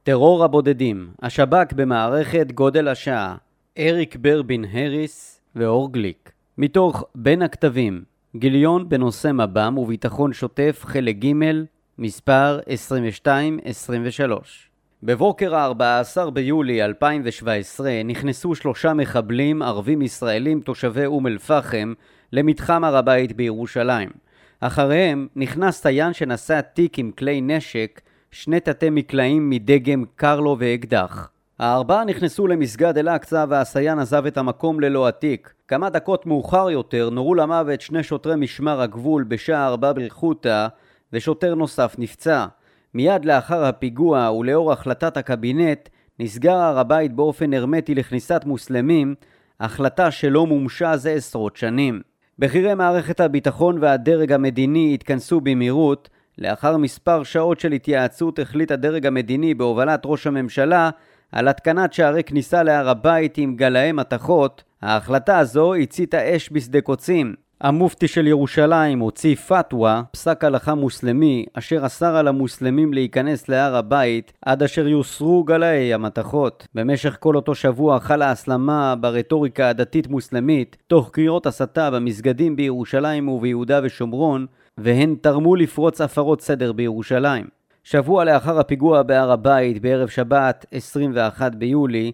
טרור הבודדים, השב"כ במערכת גודל השעה, אריק ברבין הריס ואור גליק. מתוך בין הכתבים, גיליון בנושא מב"ם וביטחון שוטף חלק ג' מספר 22-23. בבוקר ה-14 ביולי 2017 נכנסו 3 מחבלים ערבים ישראלים תושבי אום אל פחם למתחם הר הבית בירושלים. אחריהם נכנס טיין שנשא תיק עם כלי נשק, 2 תתי מקלעים מדגם קרלו ואקדח. הארבעה נכנסו למסגד אל-אקצא והסיין עזב את המקום ללא התיק. כמה דקות מאוחר יותר נורו למוות 2 שוטרי משמר הגבול בשער באב אל-חוטה ושוטר נוסף נפצע. מיד לאחר הפיגוע ולאור החלטת הקבינט נסגר הר הבית באופן הרמטי לכניסת מוסלמים, החלטה שלא מומשה זה עשרות שנים. בכירי מערכת הביטחון והדרג המדיני התכנסו במהירות. לאחר מספר שעות של התייעצות החליט הדרג המדיני בהובלת ראש הממשלה על התקנת שערי כניסה להר הבית עם גלאי מתכות. ההחלטה הזו הציתה אש בשדה קוצים. המופתי של ירושלים הוציא פתווה, פסק הלכה מוסלמי, אשר אסר על המוסלמים להיכנס להר הבית עד אשר יוסרו גלאי המתכות. במשך כל אותו שבוע חלה הסלמה ברטוריקה הדתית מוסלמית, תוך קריאות הסתה במסגדים בירושלים וביהודה ושומרון, והן תרמו לפרוץ הפרות סדר בירושלים. שבוע לאחר הפיגוע בהר הבית בערב שבת 21 ביולי,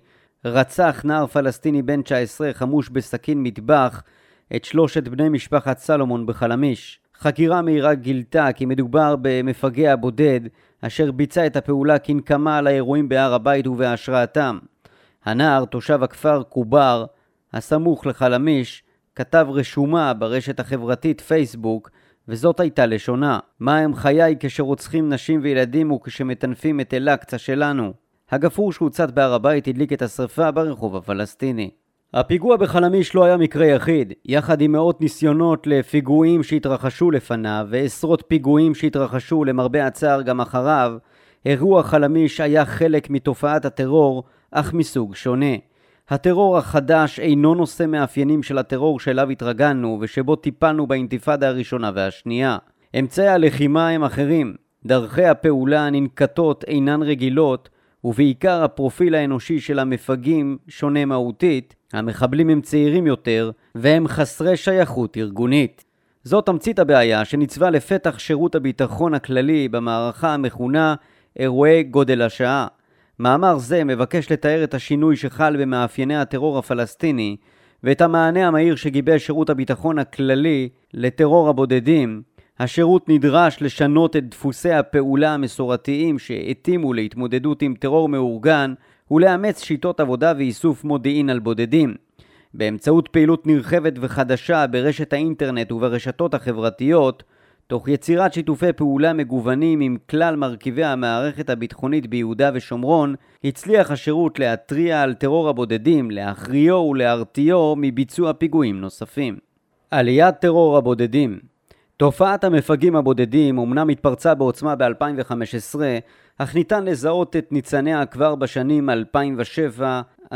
רצח נער פלסטיני בן 19 חמוש בסכין מטבח את 3 בני משפחת סלומון בחלמיש. חקירה מהירה גילתה כי מדובר במפגע בודד אשר ביצע את הפעולה כנקמה על האירועים בהר הבית ובהשראתם. הנער, תושב הכפר קובר הסמוך לחלמיש, כתב רשומה ברשת החברתית פייסבוק, וזאת הייתה לשונה: מה הם חיי כשרוצחים נשים וילדים וכשמטנפים את אל-אקצא שלנו? הגפרור שהוצת בהר הבית הדליק את השרפה ברחוב הפלסטיני. הפיגוע בחלמיש לא היה מקרה יחיד. יחד עם מאות ניסיונות לפיגועים שהתרחשו לפניו ועשרות פיגועים שהתרחשו למרבה הצער גם אחריו, אירוע חלמיש היה חלק מתופעת הטרור, אך מסוג שונה. הטרור החדש אינו נושא מאפיינים של הטרור שאליו התרגלנו ושבו טיפלנו באינתיפאדה הראשונה והשנייה. אמצעי הלחימה הם אחרים, דרכי הפעולה הננקטות אינן רגילות, ובעיקר הפרופיל האנושי של המפגעים שונה מהותית. המחבלים הם צעירים יותר והם חסרי שייכות ארגונית. זאת תמצית הבעיה שניצבה לפתח שירות הביטחון הכללי במערכה המכונה אירועי גודל השעה. מאמר זה מבקש לתאר את השינוי שחל במאפייני הטרור הפלסטיני ואת המענה המהיר שגיבש שירות הביטחון הכללי לטרור הבודדים. השירות נדרש לשנות את דפוסי הפעולה המסורתיים שהתאימו להתמודדות עם טרור מאורגן ולאמץ שיטות עבודה ואיסוף מודיעין על בודדים. באמצעות פעילות נרחבת וחדשה ברשת האינטרנט וברשתות החברתיות, תוך יצירת שיתופי פעולה מגוונים עם כלל מרכיבי המערכת הביטחונית ביהודה ושומרון, הצליח השירות להטריע על טרור הבודדים, להכריעו ולהרתיעו מביצוע פיגועים נוספים. עליית טרור הבודדים. תופעת המפגעים הבודדים אומנם התפרצה בעוצמה ב-2015, אך ניתן לזהות את ניצניה כבר בשנים 2007-2008.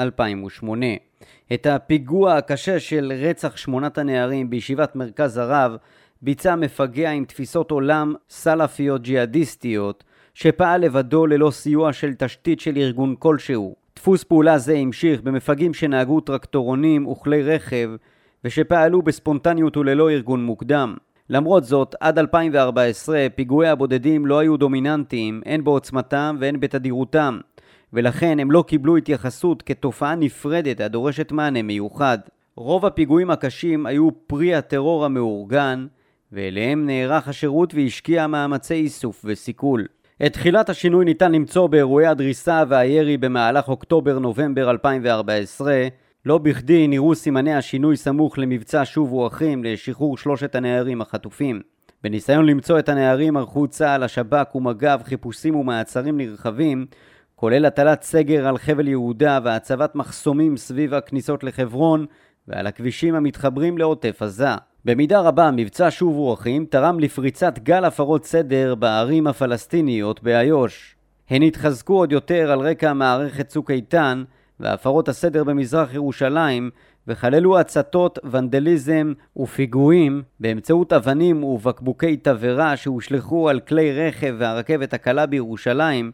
את הפיגוע הקשה של רצח 8 הנערים בישיבת מרכז הרב ביצע מפגע עם תפיסות עולם סלאפיות ג'יהאדיסטיות שפעל לבדו ללא סיוע של תשתית של ארגון כלשהו. דפוס פעולה זה המשיך במפגעים שנהגו טרקטורונים וכלי רכב ושפעלו בספונטניות וללא ארגון מוקדם. למרות זאת, עד 2014 פיגועי הבודדים לא היו דומיננטיים, הן בעוצמתם והן בתדירותם, ולכן הם לא קיבלו התייחסות כתופעה נפרדת הדורשת מענה מיוחד. רוב הפיגועים הקשים היו פרי הטרור המאורגן, ואליהם נערך השירות והשקיע מאמצי איסוף וסיכול. את תחילת השינוי ניתן למצוא באירועי הדריסה והירי במהלך אוקטובר-נובמבר 2014, לא בכדי נראו סימני השינוי סמוך למבצע שובו אחים לשחרור 3 הנערים החטופים. בניסיון למצוא את הנערים ערכו צה"ל, השב"כ ומג"ב חיפושים ומעצרים נרחבים, כולל הטלת סגר על חבל יהודה והצבת מחסומים סביב הכניסות לחברון ועל הכבישים המתחברים לעוטף עזה. במידה רבה מבצע שובו אחים תרם לפריצת גל הפרות סדר בערים הפלסטיניות באיו"ש. הן התחזקו עוד יותר על רקע מערכת צוק איתן והפרות הסדר במזרח ירושלים, וכללו הצתות, ונדליזם ופיגועים באמצעות אבנים ובקבוקי תבערה שהושלכו על כלי רכב והרכבת הקלה בירושלים,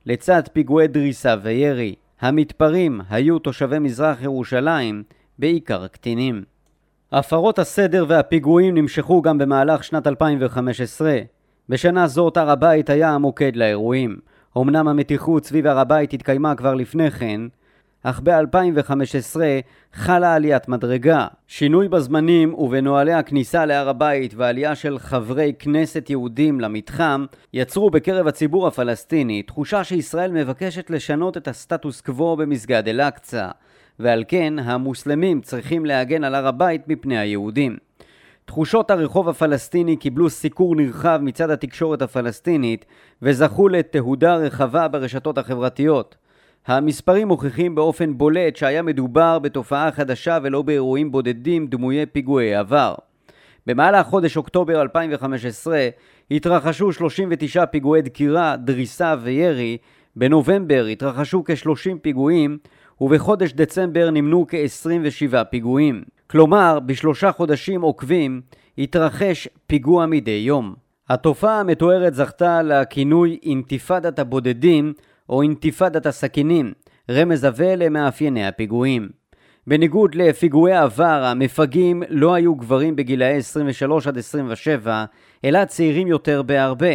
לצד פיגועי דריסה וירי. המתפרעים היו תושבי מזרח ירושלים, בעיקר קטינים. הפרות הסדר והפיגועים נמשכו גם במהלך שנת 2015. בשנה זאת הר הבית היה המוקד לאירועים. אמנם המתיחות סביב הר הבית התקיימה כבר לפני כן, אך ב-2015 חלה עליית מדרגה. שינוי בזמנים ובנוהלי הכניסה להר הבית ועלייה של חברי כנסת יהודים למתחם יצרו בקרב הציבור הפלסטיני תחושה שישראל מבקשת לשנות את הסטטוס קוו במסגד אל-אקצא, ועל כן המוסלמים צריכים להגן על הר הבית מפני היהודים. תחושות הרחוב הפלסטיני קיבלו סיקור נרחב מצד התקשורת הפלסטינית וזכו לתהודה רחבה ברשתות החברתיות. המספרים מוכיחים באופן בולט שהיה מדובר בתופעה חדשה ולא באירועים בודדים דמויי פיגועי עבר. במהלך חודש אוקטובר 2015 התרחשו 39 פיגועי דקירה, דריסה וירי, בנובמבר התרחשו כ-30 פיגועים, ובחודש דצמבר נמנו כ-27 פיגועים. כלומר, בשלושה חודשים עוקבים התרחש פיגוע מדי יום. התופעה המתוארת זכתה לכינוי אינתיפאדת הבודדים או אינתיפאדת הסכינים, רמז עבה למאפייני הפיגועים. בניגוד לפיגועי העבר, המפגעים לא היו גברים בגילאי 23 עד 27, אלא צעירים יותר בהרבה,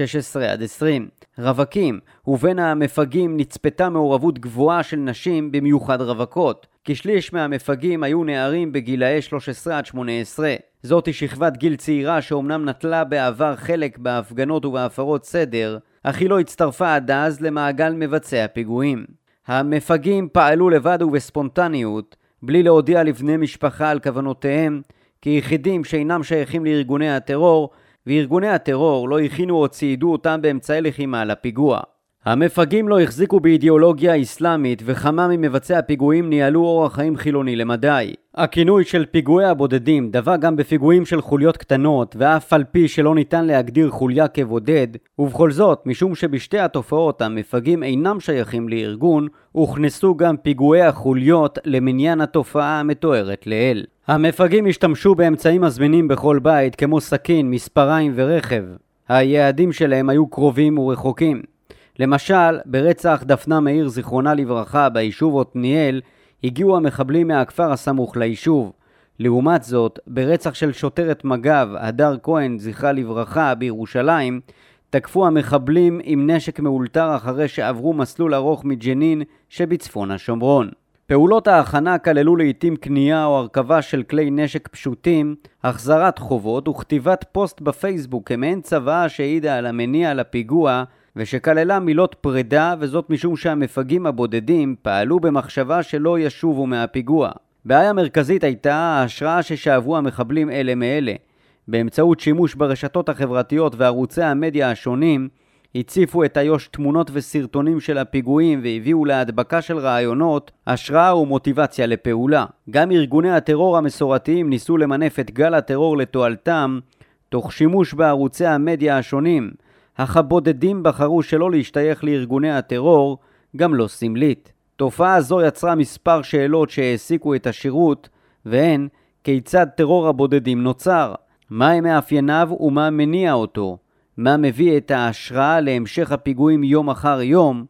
16 עד 20. רווקים, ובין המפגעים נצפתה מעורבות גבוהה של נשים, במיוחד רווקות. כשליש מהמפגעים היו נערים בגילאי 13 עד 18. זאת היא שכבת גיל צעירה שאומנם נטלה בעבר חלק בהפגנות ובהפרות סדר, אך היא לא הצטרפה עד אז למעגל מבצעי הפיגועים. המפגעים פעלו לבד ובספונטניות, בלי להודיע לבני משפחה על כוונותיהם, כיחידים שאינם שייכים לארגוני הטרור, וארגוני הטרור לא הכינו או ציידו אותם באמצעי לחימה לפיגוע. המפגעים לא החזיקו באידיאולוגיה איסלאמית, וכמה ממבצעי הפיגועים ניהלו אורח חיים חילוני למדי. הכינוי של פיגועי הבודדים דבק גם בפיגועים של חוליות קטנות, ואף על פי שלא ניתן להגדיר חוליה כבודד, ובכל זאת, משום שבשתי התופעות המפגעים אינם שייכים לארגון, הוכנסו גם פיגועי החוליות למניין התופעה המתוארת לעיל. המפגעים השתמשו באמצעים הזמינים בכל בית, כמו סכין, מספריים ורכב. היעדים שלהם היו קרובים ורחוקים. למשל, ברצח דפנה מאיר זיכרונה לברכה ביישוב עתניאל, הגיעו המחבלים מהכפר הסמוך ליישוב. לעומת זאת, ברצח של שוטרת מג"ב הדר כהן זכרה לברכה בירושלים, תקפו המחבלים עם נשק מאולתר אחרי שעברו מסלול ארוך מג'נין שבצפון השומרון. פעולות ההכנה כללו לעתים קנייה או הרכבה של כלי נשק פשוטים, החזרת חובות וכתיבת פוסט בפייסבוק כמעין צוואה שהעידה על המניע לפיגוע, ושכללה מילות פרידה, וזאת משום שהמפגעים הבודדים פעלו במחשבה שלא ישובו מהפיגוע. בעיה מרכזית הייתה ההשראה ששאבו המחבלים אלה מאלה. באמצעות שימוש ברשתות החברתיות וערוצי המדיה השונים, הציפו את איו"ש תמונות וסרטונים של הפיגועים והביאו להדבקה של רעיונות, השראה ומוטיבציה לפעולה. גם ארגוני הטרור המסורתיים ניסו למנף את גל הטרור לתועלתם, תוך שימוש בערוצי המדיה השונים, אך הבודדים בחרו שלא להשתייך לארגוני הטרור, גם לא סמלית. תופעה זו יצרה מספר שאלות שהעסיקו את השירות, והן כיצד טרור הבודדים נוצר, מה מאפייניו ומה מניע אותו, מה מביא את ההשראה להמשך הפיגועים יום אחר יום,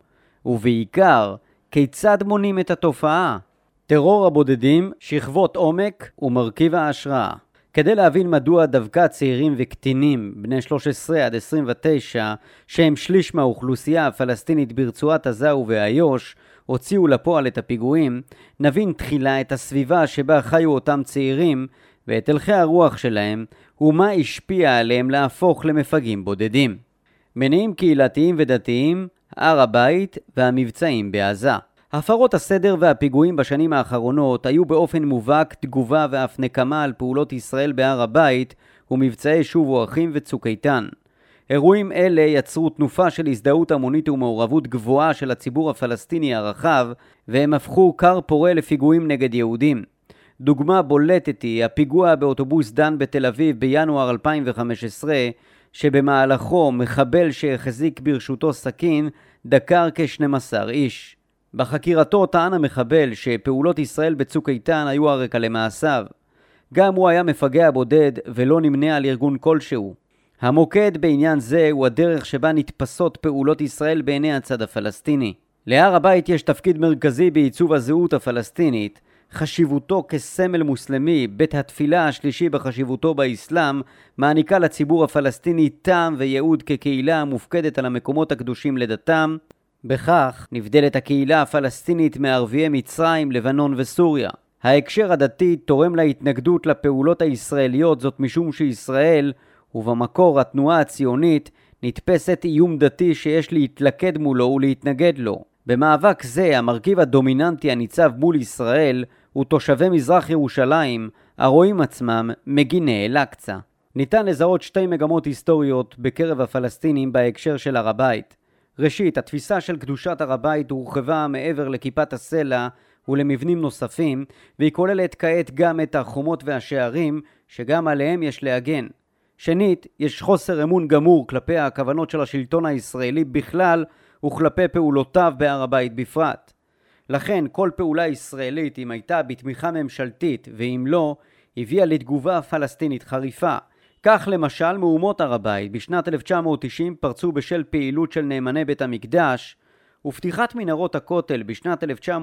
ובעיקר, כיצד מונים את התופעה. טרור הבודדים, שכבות עומק ומרכיב ההשראה. כדי להבין מדוע דווקא צעירים וקטינים בני 13 עד 29, שהם שליש מהאוכלוסייה הפלסטינית ברצועת עזה ובאיו"ש, הוציאו לפועל את הפיגועים, נבין תחילה את הסביבה שבה חיו אותם צעירים ואת הלכי הרוח שלהם, ומה השפיע עליהם להפוך למפגעים בודדים. מניעים קהילתיים ודתיים, הר הבית והמבצעים בעזה. הפרות הסדר והפיגועים בשנים האחרונות היו באופן מובהק תגובה ואף נקמה על פעולות ישראל בהר הבית ומבצעי שובו אחים וצוק איתן. אירועים אלה יצרו תנופה של הזדהות המונית ומעורבות גבוהה של הציבור הפלסטיני הרחב, והם הפכו קר פורה לפיגועים נגד יהודים. דוגמה בולטת היא הפיגוע באוטובוס דן בתל אביב בינואר 2015, שבמהלכו מחבל שהחזיק ברשותו סכין דקר כ-12 איש. בחקירתו טען המחבל שפעולות ישראל בצוק איתן היו הרקע למעשיו. גם הוא היה מפגע בודד ולא נמנה על ארגון כלשהו. המוקד בעניין זה הוא הדרך שבה נתפסות פעולות ישראל בעיני הצד הפלסטיני. להר הבית יש תפקיד מרכזי בעיצוב הזהות הפלסטינית. חשיבותו כסמל מוסלמי, בית התפילה השלישי בחשיבותו באסלאם, מעניקה לציבור הפלסטיני טעם וייעוד כקהילה המופקדת על המקומות הקדושים לדתם. בכך נבדלת הקהילה הפלסטינית מערביי מצרים, לבנון וסוריה. ההקשר הדתי תורם להתנגדות לפעולות הישראליות, זאת משום שישראל, ובמקור התנועה הציונית, נתפסת איום דתי שיש להתלכד מולו ולהתנגד לו. במאבק זה, המרכיב הדומיננטי הניצב מול ישראל הוא תושבי מזרח ירושלים, הרואים עצמם מגיני אל-אקצא. ניתן לזהות שתי מגמות היסטוריות בקרב הפלסטינים בהקשר של הר הבית. ראשית, התפיסה של קדושת הר הבית הורחבה מעבר לכיפת הסלע ולמבנים נוספים, והיא כוללת כעת גם את החומות והשערים, שגם עליהם יש להגן. שנית, יש חוסר אמון גמור כלפי הכוונות של השלטון הישראלי בכלל, וכלפי פעולותיו בהר הבית בפרט. לכן, כל פעולה ישראלית, אם הייתה בתמיכה ממשלתית ואם לא, הביאה לתגובה פלסטינית חריפה. כך למשל, מהומות הר הבית בשנת 1990 פרצו בשל פעילות של נאמני בית המקדש, ופתיחת מנהרות הכותל בשנת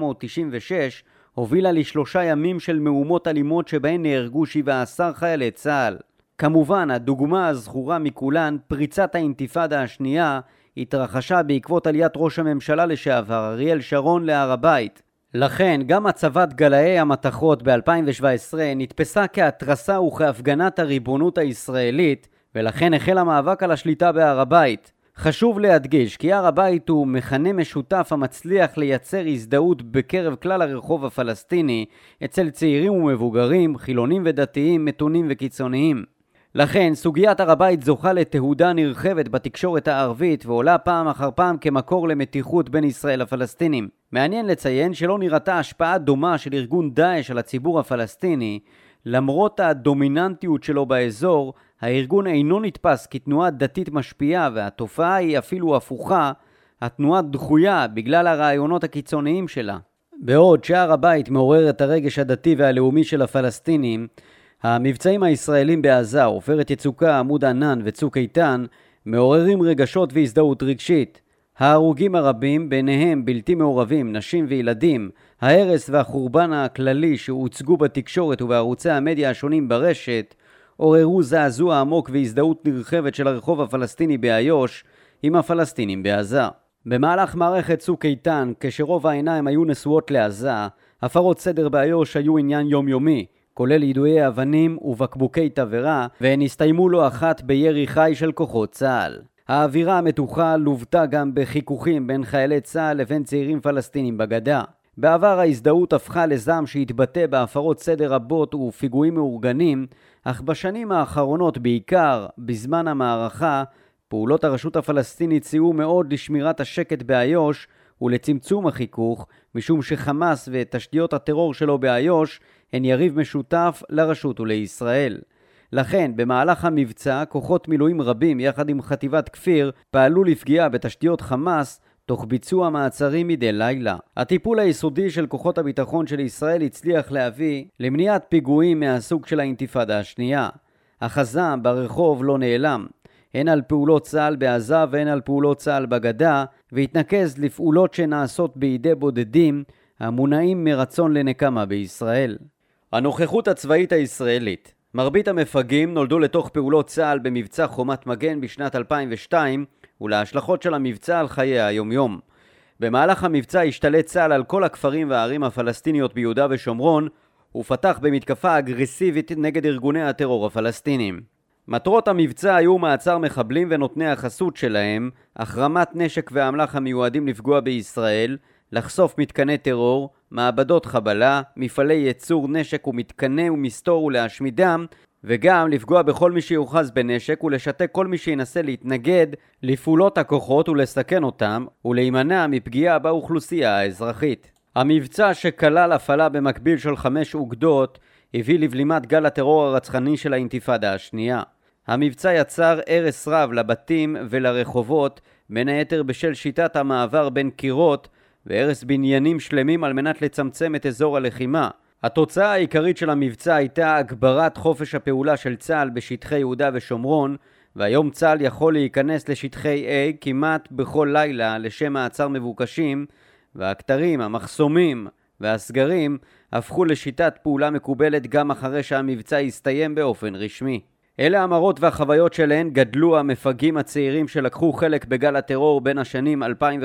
1996 הובילה ל3 ימים של מהומות אלימות שבהן נהרגו 17 חיילי צה"ל. כמובן, הדוגמה הזכורה מכולן, פריצת האינתיפאדה השנייה, התרחשה בעקבות עליית ראש הממשלה לשעבר אריאל שרון להר הבית. לכן גם הצבת גלאי המתכות ב-2017 נתפסה כהתרסה וכהפגנת הריבונות הישראלית, ולכן החל המאבק על השליטה בהר הבית. חשוב להדגיש כי הר הבית הוא מכנה משותף המצליח לייצר הזדהות בקרב כלל הרחוב הפלסטיני, אצל צעירים ומבוגרים, חילונים ודתיים, מתונים וקיצוניים. לכן סוגיית הר הבית זוכה לתהודה נרחבת בתקשורת הערבית ועולה פעם אחר פעם כמקור למתיחות בין ישראל לפלסטינים. מעניין לציין שלא נראתה השפעה דומה של ארגון דאעש על הציבור הפלסטיני. למרות הדומיננטיות שלו באזור, הארגון אינו נתפס כתנועה דתית משפיעה, והתופעה היא אפילו הפוכה, התנועה דחויה בגלל הרעיונות הקיצוניים שלה. בעוד שהר הבית מעורר את הרגש הדתי והלאומי של הפלסטינים, המבצעים הישראלים בעזה, עופרת יצוקה, עמוד ענן וצוק איתן, מעוררים רגשות והזדהות רגשית. ההרוגים הרבים, ביניהם בלתי מעורבים, נשים וילדים, ההרס והחורבן הכללי שהוצגו בתקשורת ובערוצי המדיה השונים ברשת, עוררו זעזוע עמוק והזדהות נרחבת של הרחוב הפלסטיני באיו"ש עם הפלסטינים בעזה. במהלך מערכת צוק איתן, כשרוב העיניים היו נשואות לעזה, הפרות סדר באיו"ש היו עניין יומיומי, כולל יידויי אבנים ובקבוקי תבערה, והן הסתיימו לא אחת בירי חי של כוחות צה"ל. האווירה המתוחה לוותה גם בחיכוכים בין חיילי צה"ל לבין צעירים פלסטינים בגדה. בעבר ההזדהות הפכה לזעם שהתבטא בהפרות סדר רבות ופיגועים מאורגנים, אך בשנים האחרונות, בעיקר בזמן המערכה, פעולות הרשות הפלסטינית סייעו מאוד לשמירת השקט באיו"ש ולצמצום החיכוך, משום שחמאס ותשתיות הטרור שלו באיו"ש הן יריב משותף לרשות ולישראל. לכן, במהלך המבצע, כוחות מילואים רבים יחד עם חטיבת כפיר פעלו לפגיעה בתשתיות חמאס תוך ביצוע מעצרים מדי לילה. הטיפול היסודי של כוחות הביטחון של ישראל הצליח להביא למניעת פיגועים מהסוג של האינתיפאדה השנייה. אך הזעם ברחוב לא נעלם, הן על פעולות צה"ל בעזה והן על פעולות צה"ל בגדה, והתנקז לפעולות שנעשות בידי בודדים המונעים מרצון לנקמה בישראל. הנוכחות הצבאית הישראלית. מרבית המפגעים נולדו לתוך פעולות צה"ל במבצע חומת מגן בשנת 2002 ולהשלכות של המבצע על חיי היומיום. במהלך המבצע השתלט צה"ל על כל הכפרים והערים הפלסטיניות ביהודה ושומרון ופתח במתקפה אגרסיבית נגד ארגוני הטרור הפלסטינים. מטרות המבצע היו מעצר מחבלים ונותני החסות שלהם, החרמת נשק ואמל"ח המיועדים לפגוע בישראל, לחשוף מתקני טרור, מעבדות חבלה, מפעלי ייצור נשק ומתקני ומסתור ולהשמידם, וגם לפגוע בכל מי שיוחז בנשק ולשתק כל מי שינסה להתנגד לפעולות הכוחות ולסכן אותם ולהימנע מפגיעה באוכלוסייה האזרחית. המבצע שכלל הפעלה במקביל של 5 אוגדות הביא לבלימת גל הטרור הרצחני של האינתיפאדה השנייה. המבצע יצר הרס רב לבתים ולרחובות, בין היתר בשל שיטת המעבר בין קירות והרס בניינים שלמים על מנת לצמצם את אזור הלחימה. התוצאה העיקרית של המבצע הייתה הגברת חופש הפעולה של צה"ל בשטחי יהודה ושומרון, והיום צה"ל יכול להיכנס לשטחי A כמעט בכל לילה לשם מעצר מבוקשים, והכתרים, המחסומים והסגרים הפכו לשיטת פעולה מקובלת גם אחרי שהמבצע הסתיים באופן רשמי. אלה המראות והחוויות שלהן גדלו המפגעים הצעירים שלקחו חלק בגל הטרור בין השנים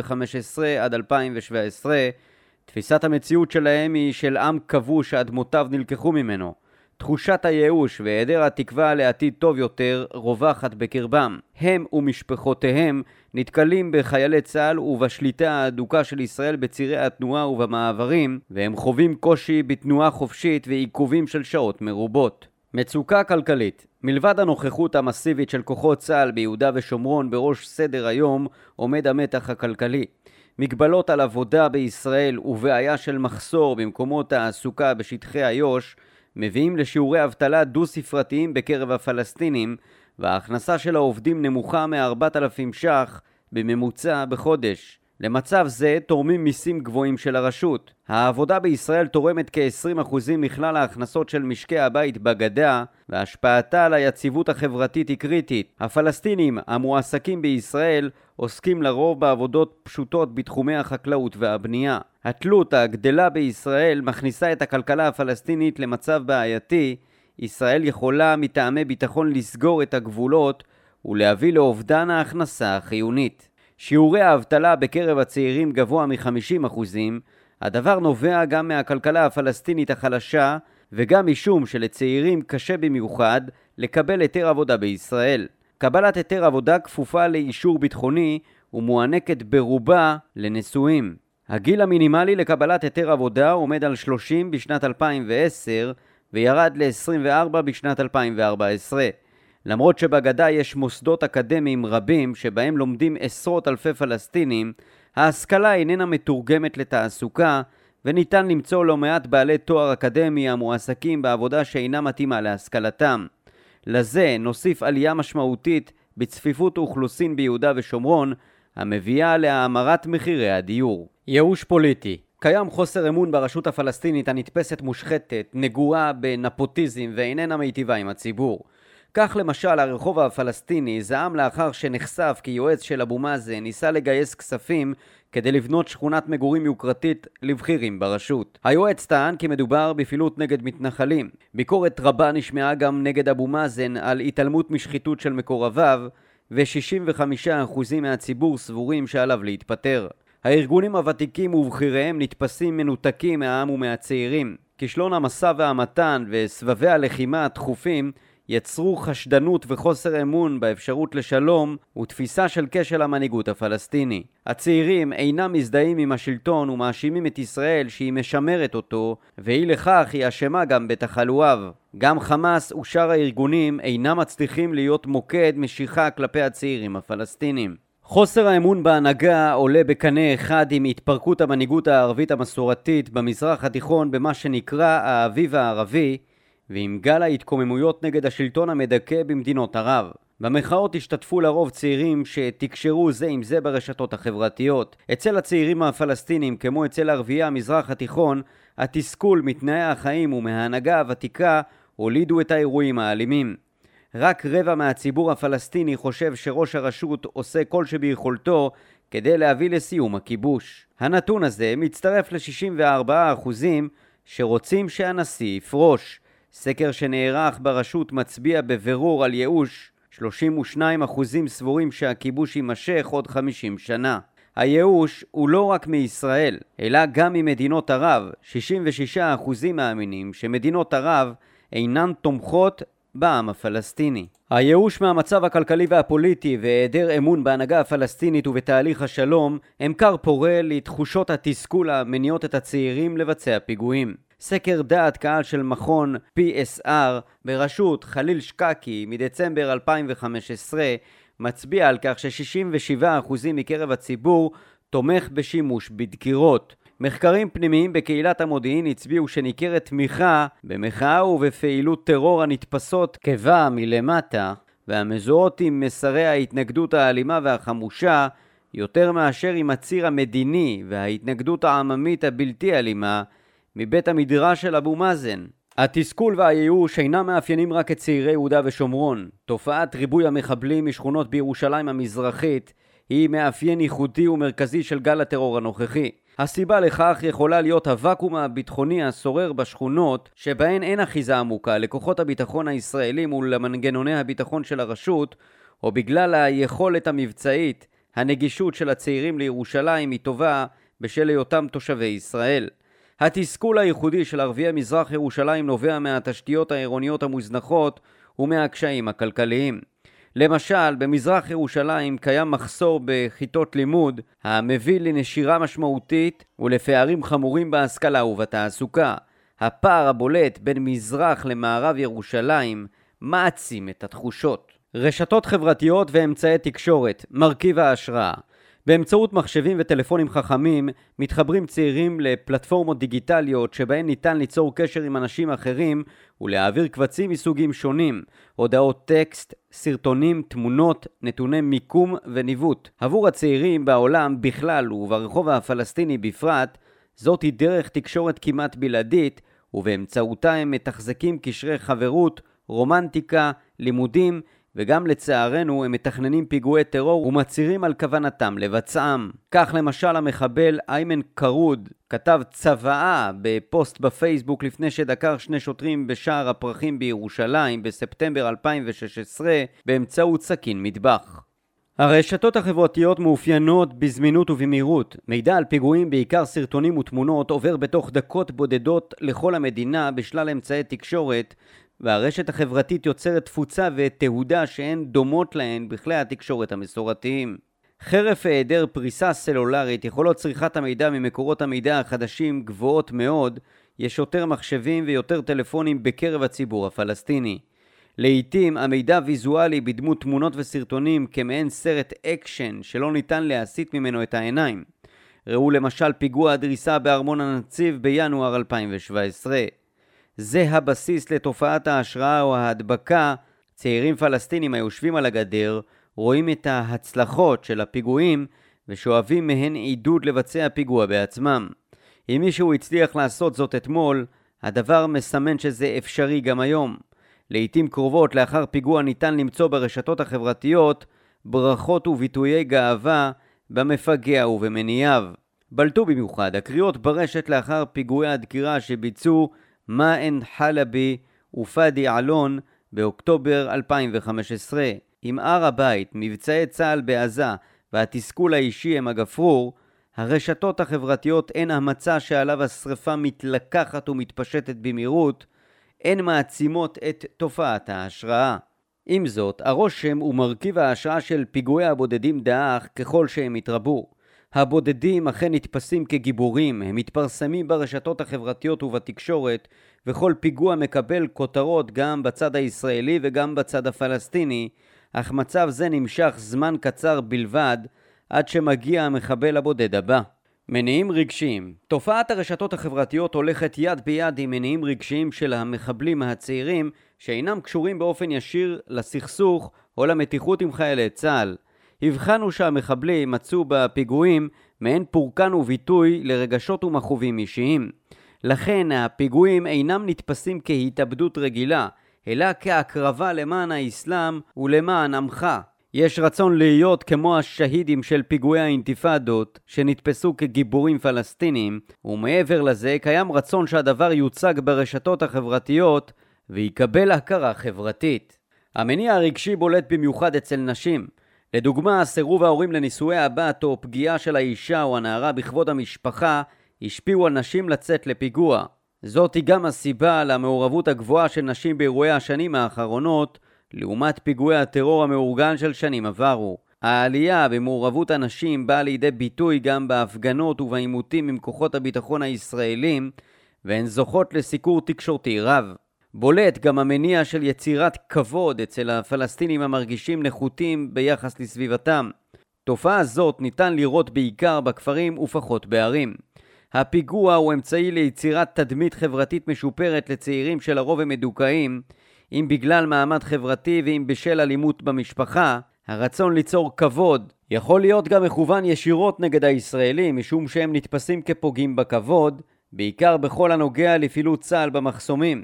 2015 עד 2017. תפיסת המציאות שלהם היא של עם כבוש שאדמותיו נלקחו ממנו. תחושת הייאוש והיעדר התקווה לעתיד טוב יותר רווחת בקרבם. הם ומשפחותיהם נתקלים בחיילי צה"ל ובשליטה ההדוקה של ישראל בצירי התנועה ובמעברים, והם חווים קושי בתנועה חופשית ועיכובים של שעות מרובות. מצוקה כלכלית. מלבד הנוכחות המסיבית של כוחות צה"ל ביהודה ושומרון בראש סדר היום עומד המתח הכלכלי. מגבלות על עבודה בישראל ובעיה של מחסור במקומות תעסוקה בשטחי איו"ש מביאים לשיעורי אבטלה דו-ספרתיים בקרב הפלסטינים, וההכנסה של העובדים נמוכה מ-4,000 ש"ח בממוצע בחודש. למצב זה תורמים מיסים גבוהים של הרשות. העבודה בישראל תורמת כ-20% מכלל ההכנסות של משקי הבית בגדה, והשפעתה על היציבות החברתית היא קריטית. הפלסטינים המועסקים בישראל עוסקים לרוב בעבודות פשוטות בתחומי החקלאות והבנייה. התלות הגדלה בישראל מכניסה את הכלכלה הפלסטינית למצב בעייתי. ישראל יכולה מטעמי ביטחון לסגור את הגבולות ולהביא לאובדן ההכנסה החיונית. שיעורי האבטלה בקרב הצעירים גבוה מ-50%. הדבר נובע גם מהכלכלה הפלסטינית החלשה, וגם משום שלצעירים קשה במיוחד לקבל היתר עבודה בישראל. קבלת היתר עבודה כפופה לאישור ביטחוני ומוענקת ברובה לנשואים. הגיל המינימלי לקבלת היתר עבודה עומד על 30 בשנת 2010 וירד ל-24 בשנת 2014. למרות שבגדה יש מוסדות אקדמיים רבים שבהם לומדים עשרות אלפי פלסטינים, ההשכלה איננה מתורגמת לתעסוקה, וניתן למצוא לא מעט בעלי תואר אקדמי המועסקים בעבודה שאינה מתאימה להשכלתם. לזה נוסיף עלייה משמעותית בצפיפות אוכלוסין ביהודה ושומרון, המביאה להאמרת מחירי הדיור. ייאוש פוליטי. קיים חוסר אמון ברשות הפלסטינית הנתפסת מושחתת, נגועה בנפוטיזם ואיננה מיטיבה עם הציבור. כך למשל הרחוב הפלסטיני זעם לאחר שנחשף כי יועץ של אבו מאזן ניסה לגייס כספים כדי לבנות שכונת מגורים יוקרתית לבחירים ברשות. היועץ טען כי מדובר בפעילות נגד מתנחלים. ביקורת רבה נשמעה גם נגד אבו מאזן על התעלמות משחיתות של מקורביו, ו-65% מהציבור סבורים שעליו להתפטר. הארגונים הוותיקים ובכיריהם נתפסים מנותקים מהעם ומהצעירים. כישלון המסע והמתן וסבבי הלחימה התכופים יצרו חשדנות וחוסר אמון באפשרות לשלום ותפיסה של כשל המנהיגות הפלסטיני. הצעירים אינם מזדהים עם השלטון ומאשימים את ישראל שהיא משמרת אותו, והיא לכך היא אשמה גם בתחלואיו. גם חמאס ושאר הארגונים אינם מצליחים להיות מוקד משיכה כלפי הצעירים הפלסטינים. חוסר האמון בהנהגה עולה בקנה אחד עם התפרקות המנהיגות הערבית המסורתית במזרח התיכון במה שנקרא האביב הערבי, ועם גל ההתקוממויות נגד השלטון המדכא במדינות ערב. במחאות השתתפו לרוב צעירים שתקשרו זה עם זה ברשתות החברתיות. אצל הצעירים הפלסטינים, כמו אצל ערביי המזרח התיכון, התסכול מתנאי החיים ומההנהגה הוותיקה הולידו את האירועים האלימים. רק רבע מהציבור הפלסטיני חושב שראש הרשות עושה כל שביכולתו כדי להביא לסיום הכיבוש. הנתון הזה מצטרף ל-64% שרוצים שהנשיא יפרוש. סקר שנערך ברשות מצביע בבירור על ייאוש. 32% סבורים שהכיבוש יימשך עוד 50 שנה. הייאוש הוא לא רק מישראל, אלא גם ממדינות ערב. 66% מאמינים שמדינות ערב אינן תומכות בעם הפלסטיני. הייאוש מהמצב הכלכלי והפוליטי והיעדר אמון בהנהגה הפלסטינית ובתהליך השלום הם כר פורה לתחושות התסכול המניעות את הצעירים לבצע פיגועים. סקר דעת קהל של מכון PSR בראשות חליל שקקי מדצמבר 2015 מצביע על כך ש67% מקרב הציבור תומך בשימוש בדקירות. מחקרים פנימיים בקהילת המודיעין הצביעו שניכרת תמיכה במחאה ובפעילות טרור הנתפסות כבאה מלמטה והמזוהות עם מסרי ההתנגדות האלימה והחמושה יותר מאשר עם הציר המדיני וההתנגדות העממית הבלתי אלימה מבית המדרש של אבו מאזן. התסכול והייאוש אינם מאפיינים רק את צעירי יהודה ושומרון. תופעת ריבוי המחבלים משכונות בירושלים המזרחית היא מאפיין ייחודי ומרכזי של גל הטרור הנוכחי. הסיבה לכך יכולה להיות הוואקום הביטחוני השורר בשכונות שבהן אין אחיזה עמוקה לכוחות הביטחון הישראלים ולמנגנוני הביטחון של הרשות, או בגלל היכולת המבצעית, הנגישות של הצעירים לירושלים היא טובה בשל היותם תושבי ישראל. התסכול הייחודי של ערביי מזרח ירושלים נובע מהתשתיות העירוניות המוזנחות ומהקשיים הכלכליים. למשל, במזרח ירושלים קיים מחסור בכיתות לימוד המביא לנשירה משמעותית ולפערים חמורים בהשכלה ובתעסוקה. הפער הבולט בין מזרח למערב ירושלים מעצים את התחושות. רשתות חברתיות ואמצעי תקשורת, מרכיב ההשראה. באמצעות מחשבים וטלפונים חכמים מתחברים צעירים לפלטפורמות דיגיטליות שבהן ניתן ליצור קשר עם אנשים אחרים ולהעביר קבצים מסוגים שונים, הודעות טקסט, סרטונים, תמונות, נתוני מיקום וניווט. עבור הצעירים בעולם בכלל וברחוב הפלסטיני בפרט, זאת היא דרך תקשורת כמעט בלעדית, ובאמצעותה הם מתחזקים קשרי חברות, רומנטיקה, לימודים, וגם לצערנו הם מתכננים פיגועי טרור ומצהירים על כוונתם לבצעם. כך למשל המחבל איימן קרוד כתב צוואה בפוסט בפייסבוק לפני שדקר 2 שוטרים בשער הפרחים בירושלים בספטמבר 2016 באמצעות סכין מטבח. הרשתות החברתיות מאופיינות בזמינות ובמהירות. מידע על פיגועים, בעיקר סרטונים ותמונות, עובר בתוך דקות בודדות לכל המדינה בשלל אמצעי תקשורת, והרשת החברתית יוצרת תפוצה ותהודה שהן דומות להן בכלי התקשורת המסורתיים. חרף היעדר פריסה סלולרית, יכולות צריכת המידע ממקורות המידע החדשים גבוהות מאוד, יש יותר מחשבים ויותר טלפונים בקרב הציבור הפלסטיני. לעתים המידע ויזואלי בדמות תמונות וסרטונים כמעין סרט אקשן שלא ניתן להסיט ממנו את העיניים. ראו למשל פיגוע הדריסה בארמון הנציב בינואר 2017. זה הבסיס לתופעת ההשראה או ההדבקה. צעירים פלסטינים היושבים על הגדר רואים את ההצלחות של הפיגועים ושואבים מהן עידוד לבצע פיגוע בעצמם. אם מישהו הצליח לעשות זאת אתמול, הדבר מסמן שזה אפשרי גם היום. לעתים קרובות לאחר פיגוע ניתן למצוא ברשתות החברתיות ברכות וביטויי גאווה במפגע ובמניעיו. בלטו במיוחד הקריאות ברשת לאחר פיגועי הדקירה שביצעו מאן חלבי ופאדי אלון באוקטובר 2015. עם הר הבית, מבצעי צה"ל בעזה והתסכול האישי הם הגפרור, הרשתות החברתיות הן המצע שעליו השריפה מתלקחת ומתפשטת במהירות, הן מעצימות את תופעת ההשראה. עם זאת, הרושם ומרכיב ההשראה של פיגועי הבודדים דעך ככל שהם התרבו. הבודדים אכן נתפסים כגיבורים, הם מתפרסמים ברשתות החברתיות ובתקשורת, וכל פיגוע מקבל כותרות גם בצד הישראלי וגם בצד הפלסטיני, אך מצב זה נמשך זמן קצר בלבד, עד שמגיע המחבל הבודד הבא. מניעים רגשיים. תופעת הרשתות החברתיות הולכת יד ביד עם מניעים רגשיים של המחבלים הצעירים, שאינם קשורים באופן ישיר לסכסוך או למתיחות עם חיילי צה"ל. הבחנו שהמחבלים מצאו בפיגועים מעין פורקן וביטוי לרגשות ומחובים אישיים. לכן הפיגועים אינם נתפסים כהתאבדות רגילה, אלא כהקרבה למען האסלאם ולמען עמך. יש רצון להיות כמו השהידים של פיגועי האינתיפאדות שנתפסו כגיבורים פלסטינים, ומעבר לזה קיים רצון שהדבר יוצג ברשתות החברתיות ויקבל הכרה חברתית. המניע הרגשי בולט במיוחד אצל נשים. לדוגמה, סירוב ההורים לנישואי הבת או פגיעה של האישה או הנערה בכבוד המשפחה השפיעו על נשים לצאת לפיגוע. זאת היא גם הסיבה למעורבות הגבוהה של נשים באירועי השנים האחרונות, לעומת פיגועי הטרור המאורגן של שנים עברו. העלייה במעורבות הנשים באה לידי ביטוי גם בהפגנות ובעימותים עם כוחות הביטחון הישראלים, והן זוכות לסיקור תקשורתי רב. בולט גם המניע של יצירת כבוד אצל הפלסטינים המרגישים נחותים ביחס לסביבתם. תופעה זאת ניתן לראות בעיקר בכפרים ופחות בערים. הפיגוע הוא אמצעי ליצירת תדמית חברתית משופרת לצעירים שלרוב הם מדוכאים, אם בגלל מעמד חברתי ואם בשל אלימות במשפחה. הרצון ליצור כבוד יכול להיות גם מכוון ישירות נגד הישראלים, משום שהם נתפסים כפוגעים בכבוד, בעיקר בכל הנוגע לפעילות צה"ל במחסומים.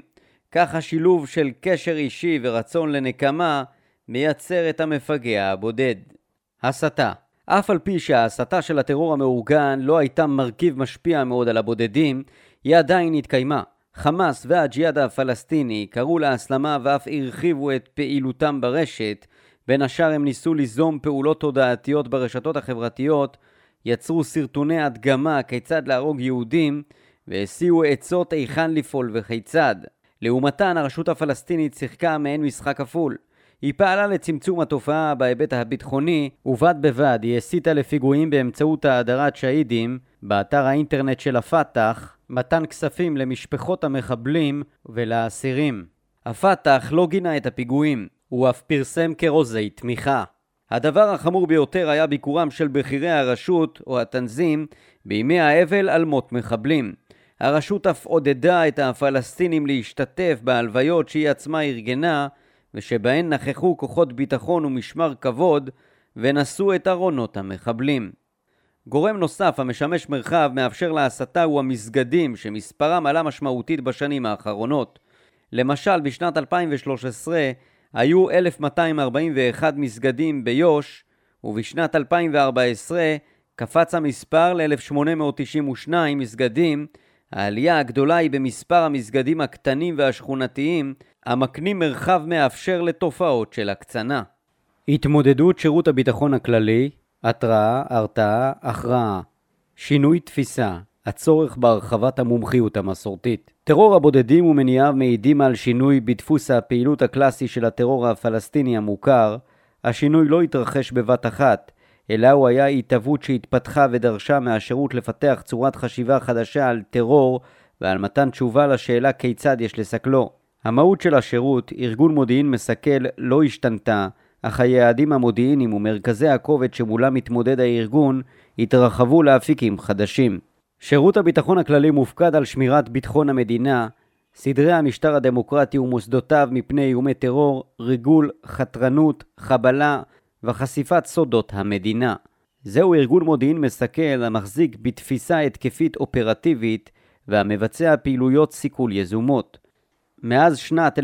כך השילוב של קשר אישי ורצון לנקמה מייצר את המפגע הבודד. הסתה. אף על פי שההסתה של הטרור המאורגן לא הייתה מרכיב משפיע מאוד על הבודדים, היא עדיין התקיימה. חמאס והג'יהאד הפלסטיני קראו להסלמה ואף הרחיבו את פעילותם ברשת. בין השאר הם ניסו ליזום פעולות תודעתיות ברשתות החברתיות, יצרו סרטוני הדגמה כיצד להרוג יהודים, והסיעו עצות היכן לפעול וכיצד. לעומתן, הרשות הפלסטינית שיחקה מעין משחק כפול. היא פעלה לצמצום התופעה בהיבט הביטחוני, ובד בבד היא הסיתה לפיגועים באמצעות האדרת שהידים באתר האינטרנט של הפתח, מתן כספים למשפחות המחבלים ולאסירים. הפתח לא גינה את הפיגועים, הוא אף פרסם כרוזי תמיכה. הדבר החמור ביותר היה ביקורם של בכירי הרשות או התנזים בימי האבל על מות מחבלים. הרשות אף עודדה את הפלסטינים להשתתף בהלוויות שהיא עצמה ארגנה, ושבהן נכחו כוחות ביטחון ומשמר כבוד ונשאו את ארונות המחבלים. גורם נוסף המשמש מרחב מאפשר להסתה הוא המסגדים, שמספרם עלה משמעותית בשנים האחרונות. למשל, בשנת 2013 היו 1241 מסגדים ביו"ש, ובשנת 2014 קפץ המספר ל-1892 מסגדים. העלייה הגדולה היא במספר המסגדים הקטנים והשכונתיים, המקנים מרחב מאפשר לתופעות של הקצנה. התמודדות שירות הביטחון הכללי, התראה, הרתעה, הכרעה. שינוי תפיסה, הצורך בהרחבת המומחיות המסורתית. טרור הבודדים ומניעיו מעידים על שינוי בדפוס הפעילות הקלאסי של הטרור הפלסטיני המוכר. השינוי לא התרחש בבת אחת, אלא הוא היה התהוות שהתפתחה ודרשה מהשירות לפתח צורת חשיבה חדשה על טרור ועל מתן תשובה לשאלה כיצד יש לסכלו. המהות של השירות, ארגון מודיעין מסכל, לא השתנתה, אך היעדים המודיעיניים ומרכזי הכובד שמולם מתמודד הארגון התרחבו לאפיקים חדשים. שירות הביטחון הכללי מופקד על שמירת ביטחון המדינה, סדרי המשטר הדמוקרטי ומוסדותיו מפני איומי טרור, ריגול, חתרנות, חבלה וחשיפת סודות המדינה. זהו ארגון מודיעין מסכל המחזיק בתפיסה התקפית אופרטיבית והמבצע פעילויות סיכול יזומות. מאז שנת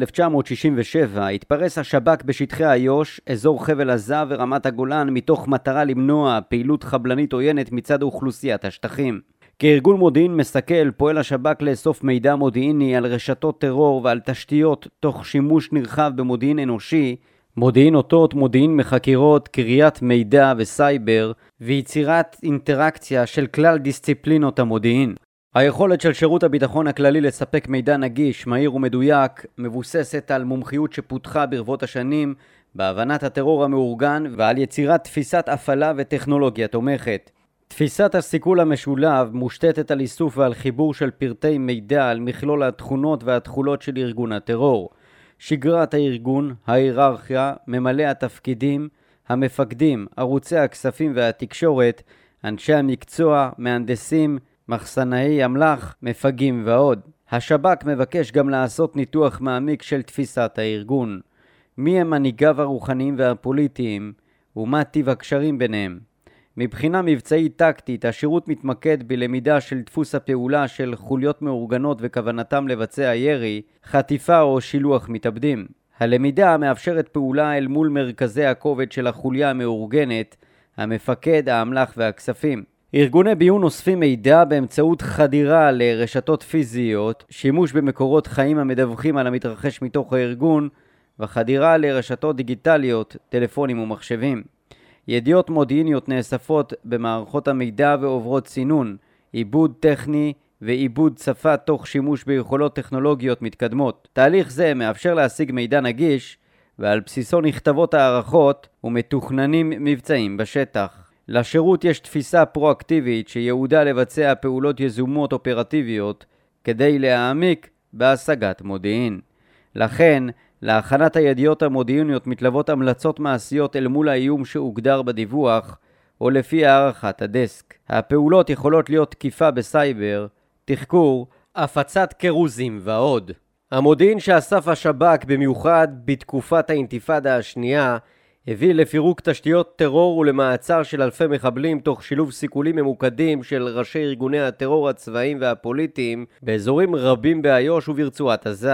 1967 התפרס השב"כ בשטחי איו"ש, אזור חבל עזה ורמת הגולן מתוך מטרה למנוע פעילות חבלנית עוינת מצד אוכלוסיית השטחים. כארגון מודיעין מסכל פועל השב"כ לאסוף מידע מודיעיני על רשתות טרור ועל תשתיות תוך שימוש נרחב במודיעין אנושי, מודיעין אותות, מודיעין מחקירות, קריאת מידע וסייבר ויצירת אינטראקציה של כלל דיסציפלינות המודיעין. היכולת של שירות הביטחון הכללי לספק מידע נגיש, מהיר ומדויק מבוססת על מומחיות שפותחה ברבות השנים בהבנת הטרור המאורגן ועל יצירת תפיסת הפעלה וטכנולוגיה תומכת. תפיסת הסיכול המשולב מושתתת על איסוף ועל חיבור של פרטי מידע על מכלול התכונות והתכולות של ארגון הטרור. שגרת הארגון, ההיררכיה, ממלא התפקידים, המפקדים, ערוצי הכספים והתקשורת, אנשי המקצוע, מהנדסים, מחסנאי אמל"ח, מפגעים ועוד. השב"כ מבקש גם לעשות ניתוח מעמיק של תפיסת הארגון. מי הם מנהיגיו הרוחניים והפוליטיים ומה טיב הקשרים ביניהם. מבחינה מבצעית טקטית, השירות מתמקד בלמידה של דפוס הפעולה של חוליות מאורגנות וכוונתם לבצע ירי, חטיפה או שילוח מתאבדים. הלמידה מאפשרת פעולה אל מול מרכזי הכובד של החוליה המאורגנת, המפקד, האמל"ח והכספים. ארגוני ביון אוספים מידע באמצעות חדירה לרשתות פיזיות, שימוש במקורות חיים המדווחים על המתרחש מתוך הארגון, וחדירה לרשתות דיגיטליות, טלפונים ומחשבים. ידיעות מודיעיניות נאספות במערכות המידע ועוברות סינון, עיבוד טכני ועיבוד שפה תוך שימוש ביכולות טכנולוגיות מתקדמות. תהליך זה מאפשר להשיג מידע נגיש, ועל בסיסו נכתבות הערכות ומתוכננים מבצעים בשטח. לשירות יש תפיסה פרואקטיבית שיעודה לבצע פעולות יזומות אופרטיביות כדי להעמיק בהשגת מודיעין. לכן, להכנת הידיעות המודיעיניות מתלוות המלצות מעשיות אל מול האיום שהוגדר בדיווח או לפי הערכת הדסק. הפעולות יכולות להיות תקיפה בסייבר, תחקור, הפצת קרוזים ועוד. המודיעין שאסף השב"כ במיוחד בתקופת האינתיפאדה השנייה הביא לפירוק תשתיות טרור ולמעצר של אלפי מחבלים תוך שילוב סיכולים ממוקדים של ראשי ארגוני הטרור הצבאיים והפוליטיים באזורים רבים באיו"ש וברצועת עזה.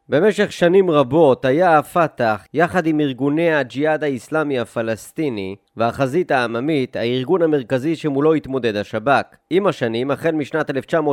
במשך שנים רבות היה הפתח, יחד עם ארגוני הג'יהאד האסלאמי הפלסטיני והחזית העממית, הארגון המרכזי שמולו התמודד השב"כ. עם השנים, החל משנת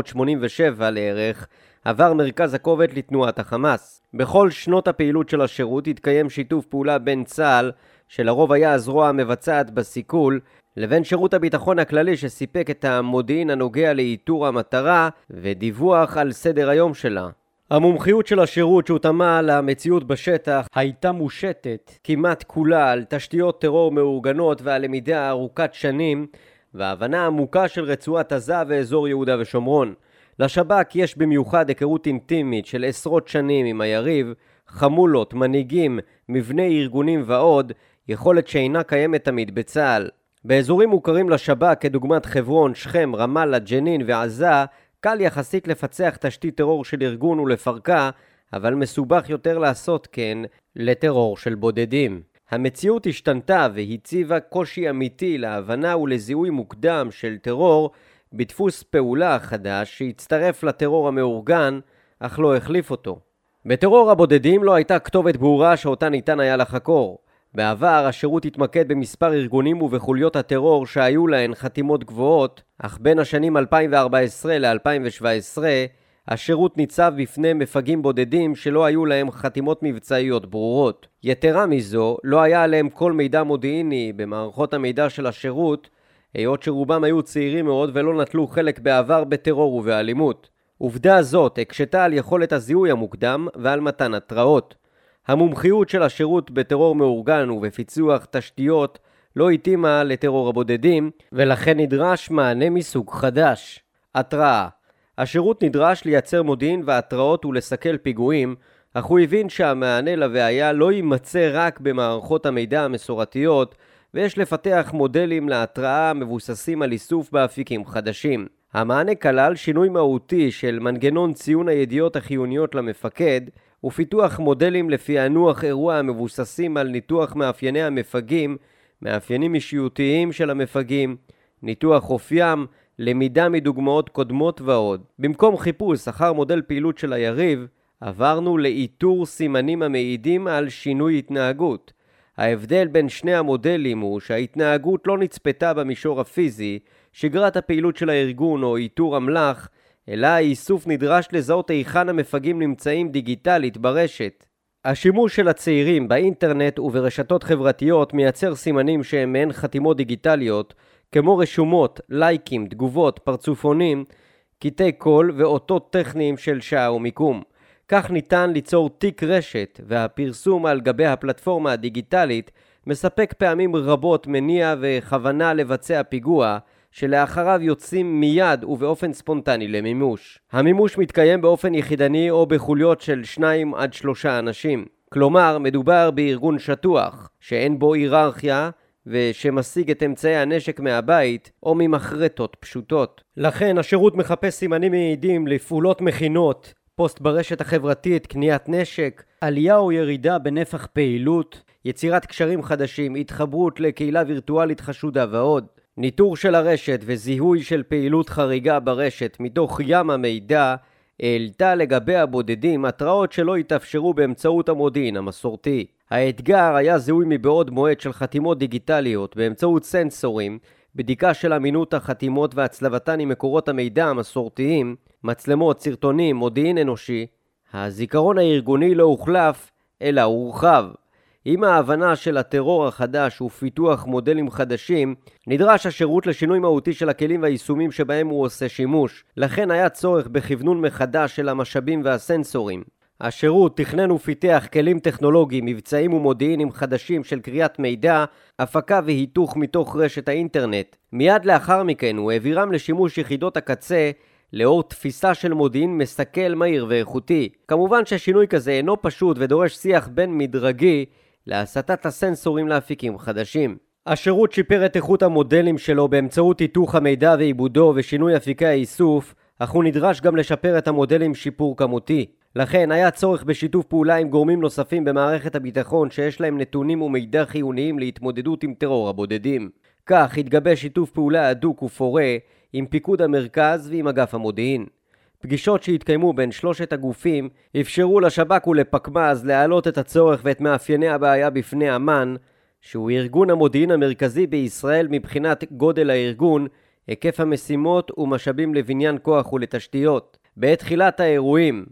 1987 לערך, עבר מרכז הכובד לתנועת החמאס. בכל שנות הפעילות של השירות התקיים שיתוף פעולה בין צה"ל, שלרוב היה הזרוע המבצעת בסיכול, לבין שירות הביטחון הכללי שסיפק את המודיעין הנוגע לאיתור המטרה ודיווח על סדר היום שלה. המומחיות של השירות שהותאמה למציאות בשטח הייתה מושתת כמעט כולה על תשתיות טרור מאורגנות ועל למידה ארוכת שנים והבנה עמוקה של רצועת עזה ואזור יהודה ושומרון. לשב"כ יש במיוחד היכרות אינטימית של עשרות שנים עם היריב, חמולות, מנהיגים, מבני ארגונים ועוד, יכולת שאינה קיימת תמיד בצה"ל. באזורים מוכרים לשב"כ כדוגמת חברון, שכם, רמאללה, ג'נין ועזה, קל יחסית לפצח תשתית טרור של ארגון ולפרקה, אבל מסובך יותר לעשות כן לטרור של בודדים. המציאות השתנתה והציבה קושי אמיתי להבנה ולזיהוי מוקדם של טרור בדפוס פעולה חדש שהצטרף לטרור המאורגן, אך לא החליף אותו. בטרור הבודדים לא הייתה כתובת ברורה שאותה ניתן היה לחקור. בעבר השירות התמקד במספר ארגונים ובחוליות הטרור שהיו להן חתימות גבוהות, אך בין השנים 2014 ל-2017 השירות ניצב בפני מפגעים בודדים שלא היו להם חתימות מבצעיות ברורות. יתרה מזו, לא היה עליהם כל מידע מודיעיני במערכות המידע של השירות, היות שרובם היו צעירים מאוד ולא נטלו חלק בעבר בטרור ובאלימות. עובדה זאת הקשתה על יכולת הזיהוי המוקדם ועל מתן התראות. המומחיות של השירות בטרור מאורגן ובפיצוח תשתיות לא התאימה לטרור הבודדים, ולכן נדרש מענה מסוג חדש. התראה. השירות נדרש לייצר מודיעין והתראות ולסכל פיגועים, אך הוא הבין שהמענה לבעיה לא יימצא רק במערכות המידע המסורתיות, ויש לפתח מודלים להתראה מבוססים על איסוף באפיקים חדשים. המענה כלל שינוי מהותי של מנגנון ציון הידיעות החיוניות למפקד, ופיתוח מודלים לפענוח אירוע המבוססים על ניתוח מאפייני המפגעים, מאפיינים אישיותיים של המפגעים, ניתוח אופיים, למידה מדוגמאות קודמות ועוד. במקום חיפוש אחר מודל פעילות של היריב, עברנו לאיתור סימנים המעידים על שינוי התנהגות. ההבדל בין שני המודלים הוא שההתנהגות לא נצפתה במישור הפיזי, שגרת הפעילות של הארגון או איתור אמל"ח, אלא האיסוף נדרש לזהות היכן המפגעים נמצאים דיגיטלית ברשת. השימוש של הצעירים באינטרנט וברשתות חברתיות מייצר סימנים שהם מעין חתימות דיגיטליות, כמו רשומות, לייקים, תגובות, פרצופונים, קטעי קול ואותות טכניים של שעה ומיקום. כך ניתן ליצור תיק רשת, והפרסום על גבי הפלטפורמה הדיגיטלית מספק פעמים רבות מניע וכוונה לבצע פיגוע, שלאחריו יוצאים מיד ובאופן ספונטני למימוש. המימוש מתקיים באופן יחידני או בחוליות של 2 עד 3 אנשים. כלומר, מדובר בארגון שטוח, שאין בו היררכיה ושמשיג את אמצעי הנשק מהבית או ממחרטות פשוטות. לכן השירות מחפש סימנים מעידים לפעולות מכינות, פוסט ברשת החברתית, קניית נשק, עלייה או ירידה בנפח פעילות, יצירת קשרים חדשים, התחברות לקהילה וירטואלית חשודה ועוד. ניטור של הרשת וזיהוי של פעילות חריגה ברשת מתוך ים המידע העלתה לגבי הבודדים התראות שלא התאפשרו באמצעות המודיעין המסורתי. האתגר היה זיהוי מבעוד מועד של חתימות דיגיטליות באמצעות סנסורים, בדיקה של אמינות החתימות והצלבתן עם מקורות המידע המסורתיים, מצלמות, סרטונים, מודיעין אנושי. הזיכרון הארגוני לא הוחלף, אלא הורחב. עם ההבנה של הטרור החדש ופיתוח מודלים חדשים, נדרש השירות לשינוי מהותי של הכלים והיישומים שבהם הוא עושה שימוש. לכן היה צורך בכוונון מחדש של המשאבים והסנסורים. השירות תכנן ופיתח כלים טכנולוגיים, מבצעים ומודיעינים חדשים של קריאת מידע, הפקה והיתוך מתוך רשת האינטרנט. מיד לאחר מכן הוא העבירם לשימוש יחידות הקצה, לאור תפיסה של מודיעין מסכל מהיר ואיכותי. כמובן ששינוי כזה אינו פשוט ודורש שיח בין מדרגי להסטת הסנסורים לאפיקים חדשים. השירות שיפר את איכות המודלים שלו באמצעות היתוך המידע ועיבודו ושינוי אפיקי האיסוף, אך הוא נדרש גם לשפר את המודלים שיפור כמותי. לכן היה צורך בשיתוף פעולה עם גורמים נוספים במערכת הביטחון שיש להם נתונים ומידע חיוניים להתמודדות עם טרור הבודדים. כך התגבש שיתוף פעולה הדוק ופורה עם פיקוד המרכז ועם אגף המודיעין. פגישות שהתקיימו בין שלושת הגופים אפשרו לשב"כ ולפקמ"ז להעלות את הצורך ואת מאפייני הבעיה בפני אמ"ן, שהוא ארגון המודיעין המרכזי בישראל מבחינת גודל הארגון, היקף המשימות ומשאבים לבניין כוח ולתשתיות. בעת תחילת האירועים,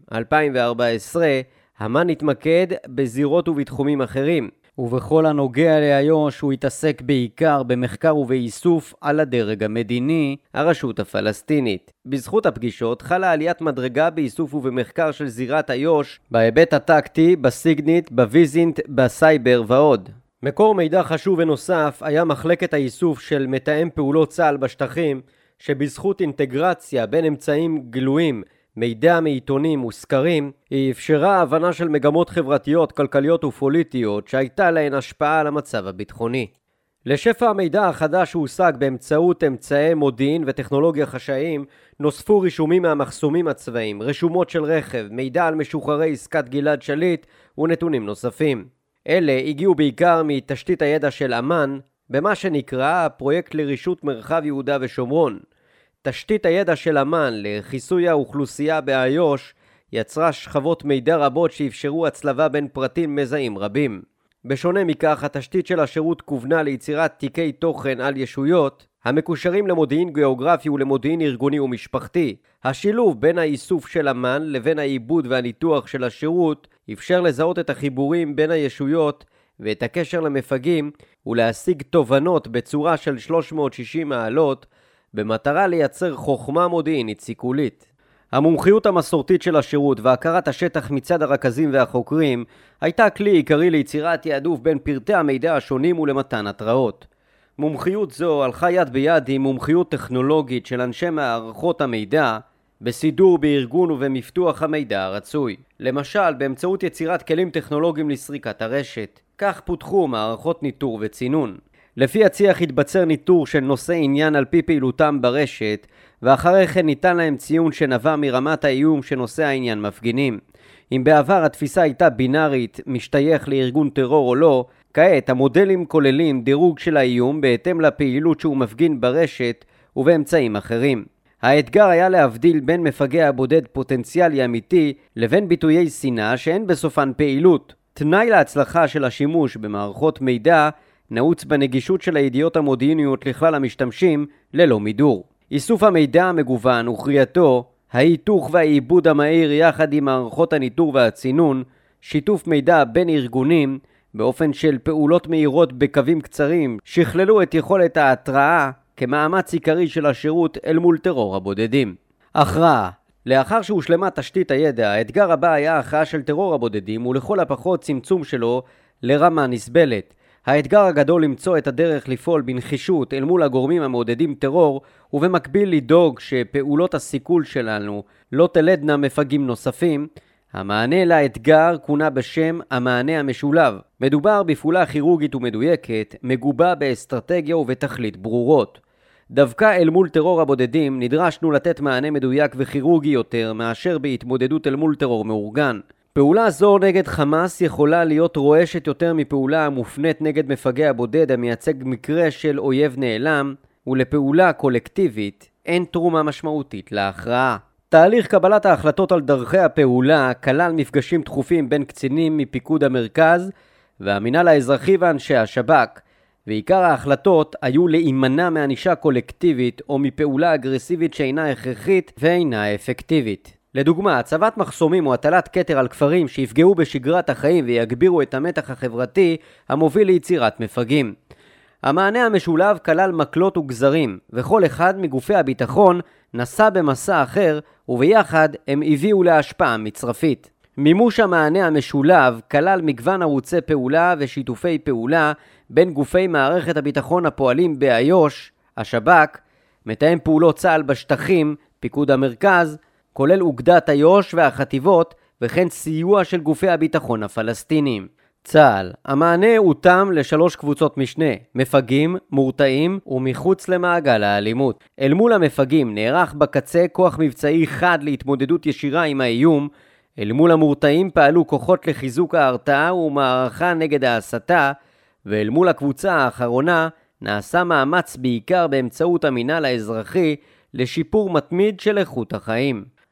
2014, אמ"ן התמקד בזירות ובתחומים אחרים, ובכל הנוגע לאיו"ש הוא התעסק בעיקר במחקר ובאיסוף על הדרג המדיני, הרשות הפלסטינית. בזכות הפגישות חלה עליית מדרגה באיסוף ובמחקר של זירת איו"ש, בהיבט הטקטי, בסיגנית, בוויזינט, בסייבר ועוד. מקור מידע חשוב ונוסף היה מחלקת האיסוף של מתאם פעולות צה"ל בשטחים, שבזכות אינטגרציה בין אמצעים גלויים, מידע מעיתונים וסקרים, היא אפשרה הבנה של מגמות חברתיות, כלכליות ופוליטיות שהייתה להן השפעה על המצב הביטחוני. לשפע המידע החדש שהושג באמצעות אמצעי מודיעין וטכנולוגיה חשאיים, נוספו רישומים מהמחסומים הצבאיים, רשומות של רכב, מידע על משוחררי עסקת גלעד שליט ונתונים נוספים. אלה הגיעו בעיקר מתשתית הידע של אמ"ן, במה שנקרא הפרויקט לרישות מרחב יהודה ושומרון. תשתית הידע של אמ"ן לחיסוי האוכלוסייה באיו"ש יצרה שכבות מידע רבות שאפשרו הצלבה בין פרטים מזהים רבים. בשונה מכך, התשתית של השירות כוונה ליצירת תיקי תוכן על ישויות המקושרים למודיעין גיאוגרפי ולמודיעין ארגוני ומשפחתי. השילוב בין האיסוף של אמ"ן לבין העיבוד והניתוח של השירות אפשר לזהות את החיבורים בין הישויות ואת הקשר למפגעים ולהשיג תובנות בצורה של 360 מעלות במטרה לייצר חוכמה מודיעינית סיכולית. המומחיות המסורתית של השירות והכרת השטח מצד הרכזים והחוקרים הייתה כלי עיקרי ליצירת תעדוף בין פרטי המידע השונים ולמתן התראות. מומחיות זו הלכה יד ביד עם מומחיות טכנולוגית של אנשי מערכות המידע בסידור, בארגון ובמפתוח המידע הרצוי. למשל, באמצעות יצירת כלים טכנולוגיים לסריקת הרשת. כך פותחו מערכות ניטור וצינון. לפי הצי"ח התבצר ניטור של נושאי עניין על פי פעילותם ברשת, ואחרי כן ניתן להם ציון שנבע מרמת האיום שנושאי העניין מפגינים. אם בעבר התפיסה הייתה בינארית, משתייך לארגון טרור או לא, כעת המודלים כוללים דירוג של האיום בהתאם לפעילות שהוא מפגין ברשת ובאמצעים אחרים. האתגר היה להבדיל בין מפגע בודד פוטנציאלי אמיתי לבין ביטויי שנאה שאין בסופן פעילות. תנאי להצלחה של השימוש במערכות מידע נעוץ בנגישות של הידיעות המודיעיניות לכלל המשתמשים ללא מידור. איסוף המידע המגוון וקריאתו, ההיתוך והעיבוד המהיר יחד עם מערכות הניטור והצינון, שיתוף מידע בין ארגונים באופן של פעולות מהירות בקווים קצרים שכללו את יכולת ההתראה כמאמץ עיקרי של השירות אל מול טרור הבודדים. הכרעה. לאחר שהושלמה תשתית הידע, האתגר הבא היה הכרעה של טרור הבודדים ולכל הפחות צמצום שלו לרמה נסבלת. האתגר הגדול למצוא את הדרך לפעול בנחישות אל מול הגורמים המעודדים טרור ובמקביל לדאוג שפעולות הסיכול שלנו לא תלדנה מפגעים נוספים. המענה לאתגר כונה בשם המענה המשולב. מדובר בפעולה כירורגית ומדויקת, מגובה באסטרטגיה ובתכלית ברורות. דווקא אל מול טרור הבודדים נדרשנו לתת מענה מדויק וכירורגי יותר מאשר בהתמודדות אל מול טרור מאורגן. פעולה זו נגד חמאס יכולה להיות רועשת יותר מפעולה המופנית נגד מפגע בודד המייצג מקרה של אויב נעלם, ולפעולה קולקטיבית אין תרומה משמעותית להכרעה. תהליך קבלת ההחלטות על דרכי הפעולה כלל מפגשים תכופים בין קצינים מפיקוד המרכז והמינהל האזרחי ואנשי השב"כ, ועיקר ההחלטות היו להימנע מענישה קולקטיבית או מפעולה אגרסיבית שאינה הכרחית ואינה אפקטיבית. לדוגמה, הצבת מחסומים או הטלת כתר על כפרים שיפגעו בשגרת החיים ויגבירו את המתח החברתי המוביל ליצירת מפגעים. המענה המשולב כלל מקלות וגזרים, וכל אחד מגופי הביטחון נסע במסע אחר, וביחד הם הביאו להשפעה מצרפית. מימוש המענה המשולב כלל מגוון ערוצי פעולה ושיתופי פעולה בין גופי מערכת הביטחון הפועלים באיו"ש, השב"כ, מתאם פעולות צה"ל בשטחים, פיקוד המרכז, כולל אוגדת איו"ש והחטיבות, וכן סיוע של גופי הביטחון הפלסטינים. צה"ל, המענה הותם לשלוש קבוצות משנה, מפגעים, מורתעים ומחוץ למעגל האלימות. אל מול המפגעים נערך בקצה כוח מבצעי חד להתמודדות ישירה עם האיום, אל מול המורתעים פעלו כוחות לחיזוק ההרתעה ומערכה נגד ההסתה, ואל מול הקבוצה האחרונה נעשה מאמץ בעיקר באמצעות המינהל האזרחי לשיפור מתמיד של איכות החיים.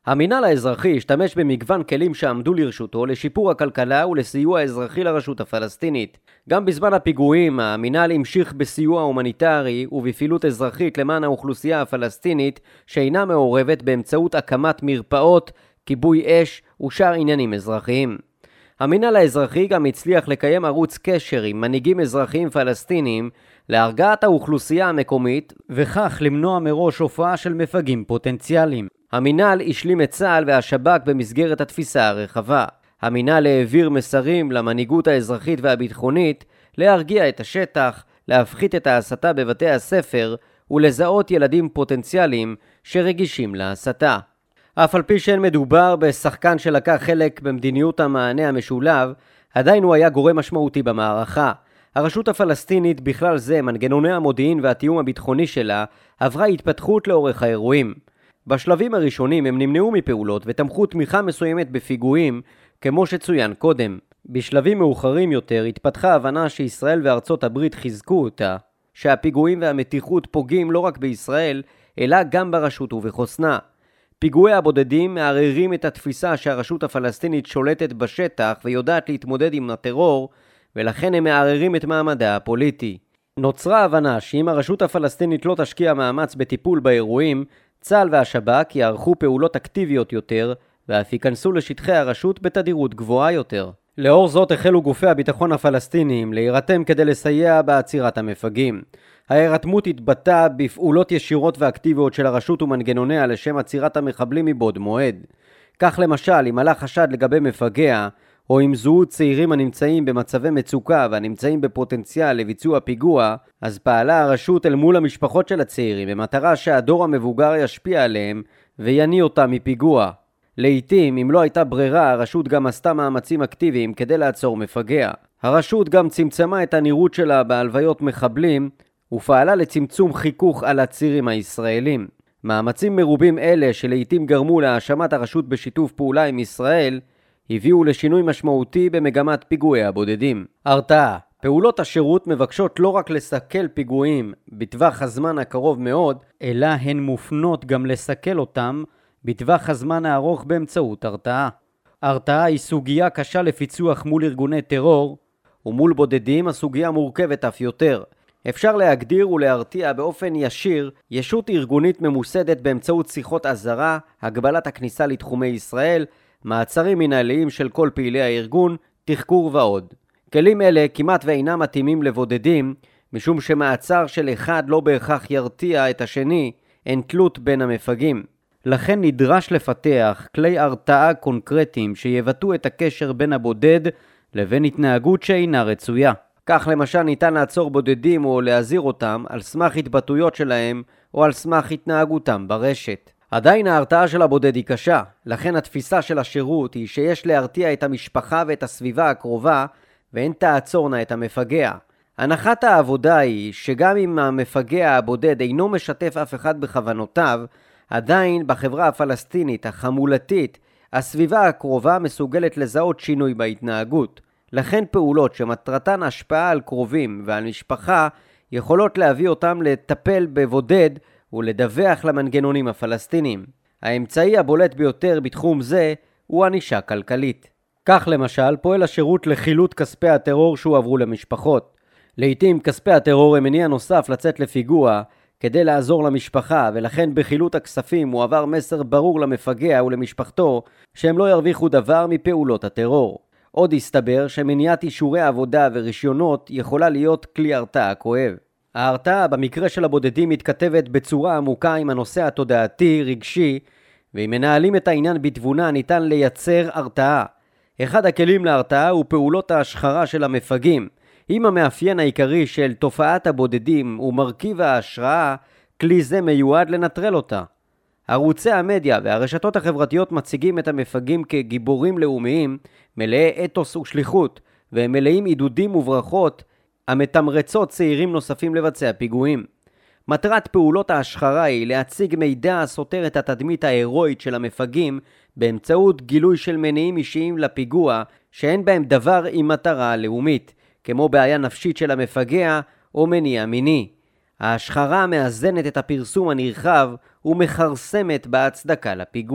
המינהל האזרחי השתמש במגוון כלים שעמדו לרשותו לשיפור הכלכלה ולסיוע אזרחי לרשות הפלסטינית. גם בזמן הפיגועים, המינהל המשיך בסיוע הומניטרי ובפעילות אזרחית למען האוכלוסייה הפלסטינית שאינה מעורבת באמצעות הקמת מרפאות, כיבוי אש ושאר עניינים אזרחיים. המינהל האזרחי גם הצליח לקיים ערוץ קשר עם מנהיגים אזרחיים פלסטינים להרגעת האוכלוסייה המקומית וכך למנוע מראש הופעה של מפגעים פוטנציאליים. המינהל השלים את צה"ל והשב"כ במסגרת התפיסה הרחבה. המינהל העביר מסרים למנהיגות האזרחית והביטחונית להרגיע את השטח, להפחית את ההסתה בבתי הספר ולזהות ילדים פוטנציאליים שרגישים להסתה. אף על פי שאין מדובר בשחקן שלקח חלק במדיניות המענה המשולב, עדיין הוא היה גורם משמעותי במערכה. הרשות הפלסטינית, בכלל זה מנגנוני המודיעין והתיאום הביטחוני שלה, עברה התפתחות לאורך האירועים. בשלבים הראשונים הם נמנעו מפעולות ותמכו תמיכה מסוימת בפיגועים, כמו שצוין קודם. בשלבים מאוחרים יותר התפתחה הבנה שישראל וארצות הברית חיזקו אותה, שהפיגועים והמתיחות פוגעים לא רק בישראל, אלא גם ברשות ובחוסנה. פיגועי הבודדים מערערים את התפיסה שהרשות הפלסטינית שולטת בשטח ויודעת להתמודד עם הטרור, ולכן הם מערערים את מעמדה הפוליטי. נוצרה הבנה שאם הרשות הפלסטינית לא תשקיע מאמץ בטיפול באירועים, צה"ל והשב"כ יערכו פעולות אקטיביות יותר, ואף ייכנסו לשטחי הרשות בתדירות גבוהה יותר. לאור זאת החלו גופי הביטחון הפלסטיניים להירתם כדי לסייע בעצירת המפגעים. ההירתמות התבטאה בפעולות ישירות ואקטיביות של הרשות ומנגנוניה לשם עצירת המחבלים מבעוד מועד. כך למשל, אם עלה חשד לגבי מפגע, או אם זוהו צעירים הנמצאים במצבי מצוקה והנמצאים בפוטנציאל לביצוע פיגוע, אז פעלה הרשות אל מול המשפחות של הצעירים במטרה שהדור המבוגר ישפיע עליהם ויניע אותם מפיגוע. לעתים, אם לא הייתה ברירה, הרשות גם עשתה מאמצים אקטיביים כדי לעצור מפגע. הרשות גם צמצמה את הנראות שלה בהלוויות מחבלים ופעלה לצמצום חיכוך על הצירים הישראלים. מאמצים מרובים אלה שלעתים גרמו להאשמת הרשות בשיתוף פעולה עם ישראל, הביאו לשינוי משמעותי במגמת פיגועי הבודדים. הרתעה. פעולות השירות מבקשות לא רק לסכל פיגועים בטווח הזמן הקרוב מאוד, אלא הן מופנות גם לסכל אותם בטווח הזמן הארוך באמצעות הרתעה. הרתעה היא סוגיה קשה לפיצוח מול ארגוני טרור, ומול בודדים הסוגיה מורכבת אף יותר. אפשר להגדיר ולהרתיע באופן ישיר ישות ארגונית ממוסדת באמצעות שיחות אזהרה, הגבלת הכניסה לתחומי ישראל, מעצרים מנהליים של כל פעילי הארגון, תחקור ועוד. כלים אלה כמעט ואינם מתאימים לבודדים, משום שמעצר של אחד לא בהכרח ירתיע את השני, אין תלות בין המפגעים. לכן נדרש לפתח כלי הרתעה קונקרטיים שיבטאו את הקשר בין הבודד לבין התנהגות שאינה רצויה. כך למשל ניתן לעצור בודדים או להזהיר אותם על סמך התבטאויות שלהם או על סמך התנהגותם ברשת. עדיין ההרתעה של הבודד היא קשה, לכן התפיסה של השירות היא שיש להרתיע את המשפחה ואת הסביבה הקרובה והן תעצורנה את המפגע. הנחת העבודה היא שגם אם המפגע הבודד אינו משתף אף אחד בכוונותיו, עדיין בחברה הפלסטינית החמולתית, הסביבה הקרובה מסוגלת לזהות שינוי בהתנהגות. לכן פעולות שמטרתן השפעה על קרובים ועל משפחה יכולות להביא אותם לטפל בבודד ולדווח למנגנונים הפלסטינים. האמצעי הבולט ביותר בתחום זה הוא ענישה כלכלית. כך למשל פועל השירות לחילוט כספי הטרור שהועברו למשפחות. לעתים כספי הטרור הם מניע נוסף לצאת לפיגוע כדי לעזור למשפחה, ולכן בחילוט הכספים מועבר מסר ברור למפגע ולמשפחתו שהם לא ירוויחו דבר מפעולות הטרור. עוד הסתבר שמניעת אישורי עבודה ורישיונות יכולה להיות כלי הרתעה כואב. ההרתעה במקרה של הבודדים מתכתבת בצורה עמוקה עם הנושא התודעתי, רגשי, ואם מנהלים את העניין בתבונה ניתן לייצר הרתעה. אחד הכלים להרתעה הוא פעולות ההשחרה של המפגעים. אם המאפיין העיקרי של תופעת הבודדים הוא מרכיב ההשראה, כלי זה מיועד לנטרל אותה. ערוצי המדיה והרשתות החברתיות מציגים את המפגעים כגיבורים לאומיים, מלאי אתוס ושליחות, והם מלאים עידודים וברכות המתמרצות צעירים נוספים לבצע פיגועים. מטרת פעולות ההשחרה היא להציג מידע הסותר את התדמית ההירואית של המפגעים באמצעות גילוי של מניעים אישיים לפיגוע שאין בהם דבר עם מטרה לאומית, כמו בעיה נפשית של המפגע או מניע מיני. ההשחרה מאזנת את הפרסום הנרחב ומחרסמת בהצדקה לפיגוע.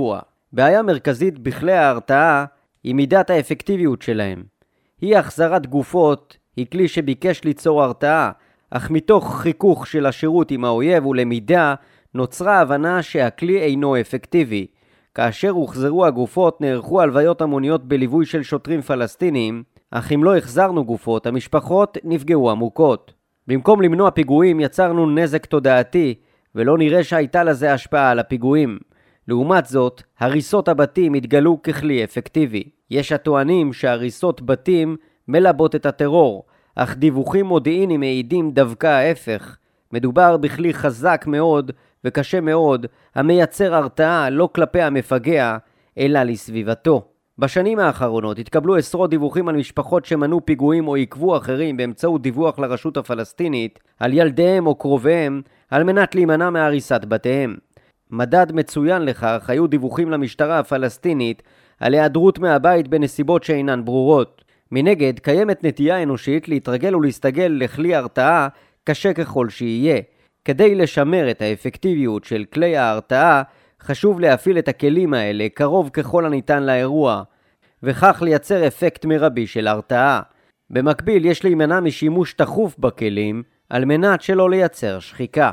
בעיה מרכזית בכלי ההרתעה היא מידת האפקטיביות שלהם. היא החזרת גופות, היא כלי שביקש ליצור הרתעה, אך מתוך חיכוך של השירות עם האויב ולמידה, נוצרה הבנה שהכלי אינו אפקטיבי. כאשר הוחזרו הגופות נערכו הלוויות המוניות בליווי של שוטרים פלסטינים, אך אם לא החזרנו גופות, המשפחות נפגעו עמוקות. במקום למנוע פיגועים יצרנו נזק תודעתי, ולא נראה שהייתה לזה השפעה על הפיגועים. לעומת זאת, הריסות הבתים התגלו ככלי אפקטיבי. יש הטוענים שהריסות בתים מלבות את הטרור, אך דיווחים מודיעיניים מעידים דווקא ההפך. מדובר בכלי חזק מאוד וקשה מאוד, המייצר הרתעה לא כלפי המפגע, אלא לסביבתו. בשנים האחרונות התקבלו עשרות דיווחים על משפחות שמנעו פיגועים או עיכבו אחרים באמצעות דיווח לרשות הפלסטינית על ילדיהם או קרוביהם על מנת להימנע מהריסת בתיהם. מדד מצוין לכך היו דיווחים למשטרה הפלסטינית על היעדרות מהבית בנסיבות שאינן ברורות. מנגד, קיימת נטייה אנושית להתרגל ולהסתגל לכלי הרתעה קשה ככל שיהיה. כדי לשמר את האפקטיביות של כלי ההרתעה, חשוב להפעיל את הכלים האלה קרוב ככל הניתן לאירוע, וכך לייצר אפקט מרבי של הרתעה. במקביל, יש להימנע משימוש תכוף בכלים, על מנת שלא לייצר שחיקה.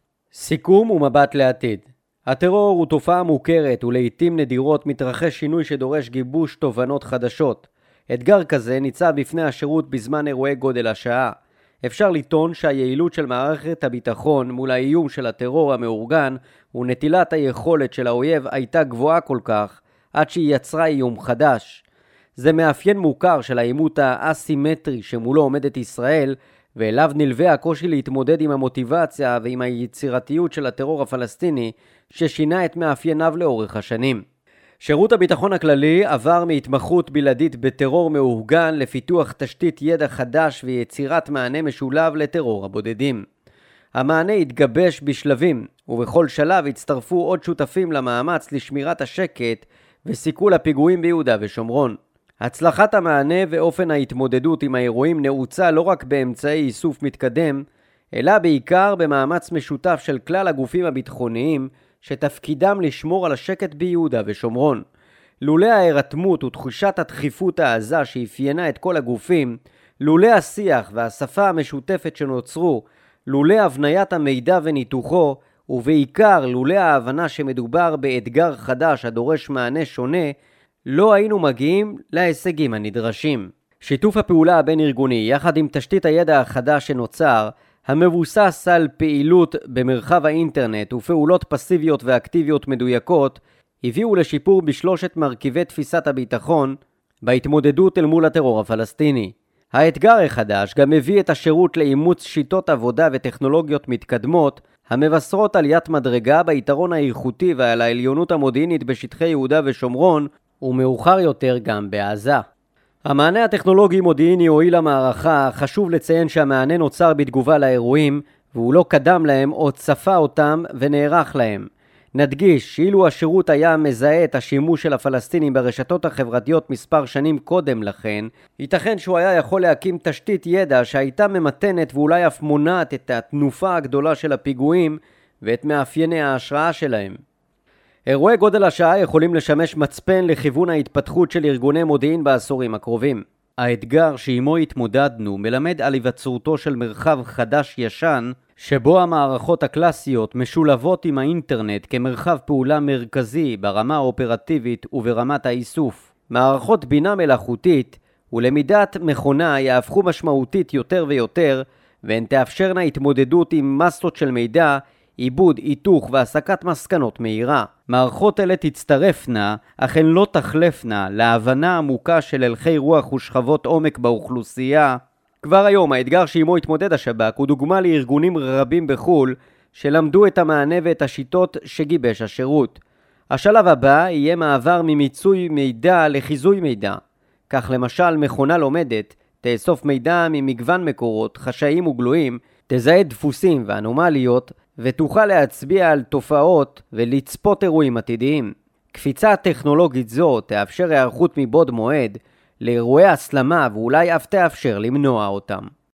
סיכום ומבט לעתיד. הטרור הוא תופעה מוכרת ולעיתים נדירות מתרחש שינוי שדורש גיבוש תובנות חדשות. אתגר כזה ניצב בפני השירות בזמן אירועי גודל השעה. אפשר לטעון שהיעילות של מערכת הביטחון מול האיום של הטרור המאורגן ונטילת היכולת של האויב הייתה גבוהה כל כך עד שהיא יצרה איום חדש. זה מאפיין מוכר של העימות האסימטרי שמולו עומדת ישראל, ואליו נלווה הקושי להתמודד עם המוטיבציה ועם היצירתיות של הטרור הפלסטיני ששינה את מאפייניו לאורך השנים. שירות הביטחון הכללי עבר מהתמחות בלעדית בטרור מאורגן לפיתוח תשתית ידע חדש ויצירת מענה משולב לטרור הבודדים. המענה התגבש בשלבים, ובכל שלב הצטרפו עוד שותפים למאמץ לשמירת השקט וסיכול הפיגועים ביהודה ושומרון. הצלחת המענה ואופן ההתמודדות עם האירועים נעוצה לא רק באמצעי איסוף מתקדם, אלא בעיקר במאמץ משותף של כלל הגופים הביטחוניים שתפקידם לשמור על השקט ביהודה ושומרון. לולא ההירתמות ותחושת הדחיפות העזה שאפיינה את כל הגופים, לולא השיח והשפה המשותפת שנוצרו, לולא הבניית המידע וניתוחו, ובעיקר לולא ההבנה שמדובר באתגר חדש הדורש מענה שונה, לא היינו מגיעים להישגים הנדרשים. שיתוף הפעולה הבין ארגוני יחד עם תשתית הידע החדש שנוצר, המבוסס על פעילות במרחב האינטרנט ופעולות פסיביות ואקטיביות מדויקות, הביאו לשיפור בשלושת מרכיבי תפיסת הביטחון בהתמודדות אל מול הטרור הפלסטיני. האתגר החדש גם הביא את השירות לאימוץ שיטות עבודה וטכנולוגיות מתקדמות, המבשרות עליית מדרגה ביתרון האיכותי ועל העליונות המודיעינית בשטחי יהודה ושומרון, ומאוחר יותר גם בעזה. המענה הטכנולוגי מודיעיני הועיל למערכה. חשוב לציין שהמענה נוצר בתגובה לאירועים, והוא לא קדם להם או צפה אותם ונערך להם. נדגיש שאילו השירות היה מזהה את השימוש של הפלסטינים ברשתות החברתיות מספר שנים קודם לכן, ייתכן שהוא היה יכול להקים תשתית ידע שהייתה ממתנת ואולי אף מונעת את התנופה הגדולה של הפיגועים ואת מאפייני ההשראה שלהם. אירועי גודל השעה יכולים לשמש מצפן לכיוון ההתפתחות של ארגוני מודיעין בעשורים הקרובים. האתגר שעימו התמודדנו מלמד על היווצרותו של מרחב חדש-ישן, שבו המערכות הקלאסיות משולבות עם האינטרנט כמרחב פעולה מרכזי ברמה האופרטיבית וברמת האיסוף. מערכות בינה מלאכותית ולמידת מכונה יהפכו משמעותית יותר ויותר, והן תאפשרנה התמודדות עם מסות של מידע, עיבוד, היתוך והסקת מסקנות מהירה. מערכות אלה תצטרפנה, אך הן לא תחלפנה, להבנה עמוקה של הלכי רוח ושכבות עומק באוכלוסייה. כבר היום האתגר שעימו התמודד השב"כ הוא דוגמה לארגונים רבים בחול שלמדו את המענה ואת השיטות שגיבש השירות. השלב הבא יהיה מעבר ממיצוי מידע לחיזוי מידע. כך למשל מכונה לומדת תאסוף מידע ממגוון מקורות חשאיים וגלויים, תזהה דפוסים ואנומליות ותוכל להצביע על תופעות ולצפות אירועים עתידיים. קפיצה טכנולוגית זו תאפשר היערכות מבעוד מועד לאירועי הסלמה ואולי אף תאפשר למנוע אותם.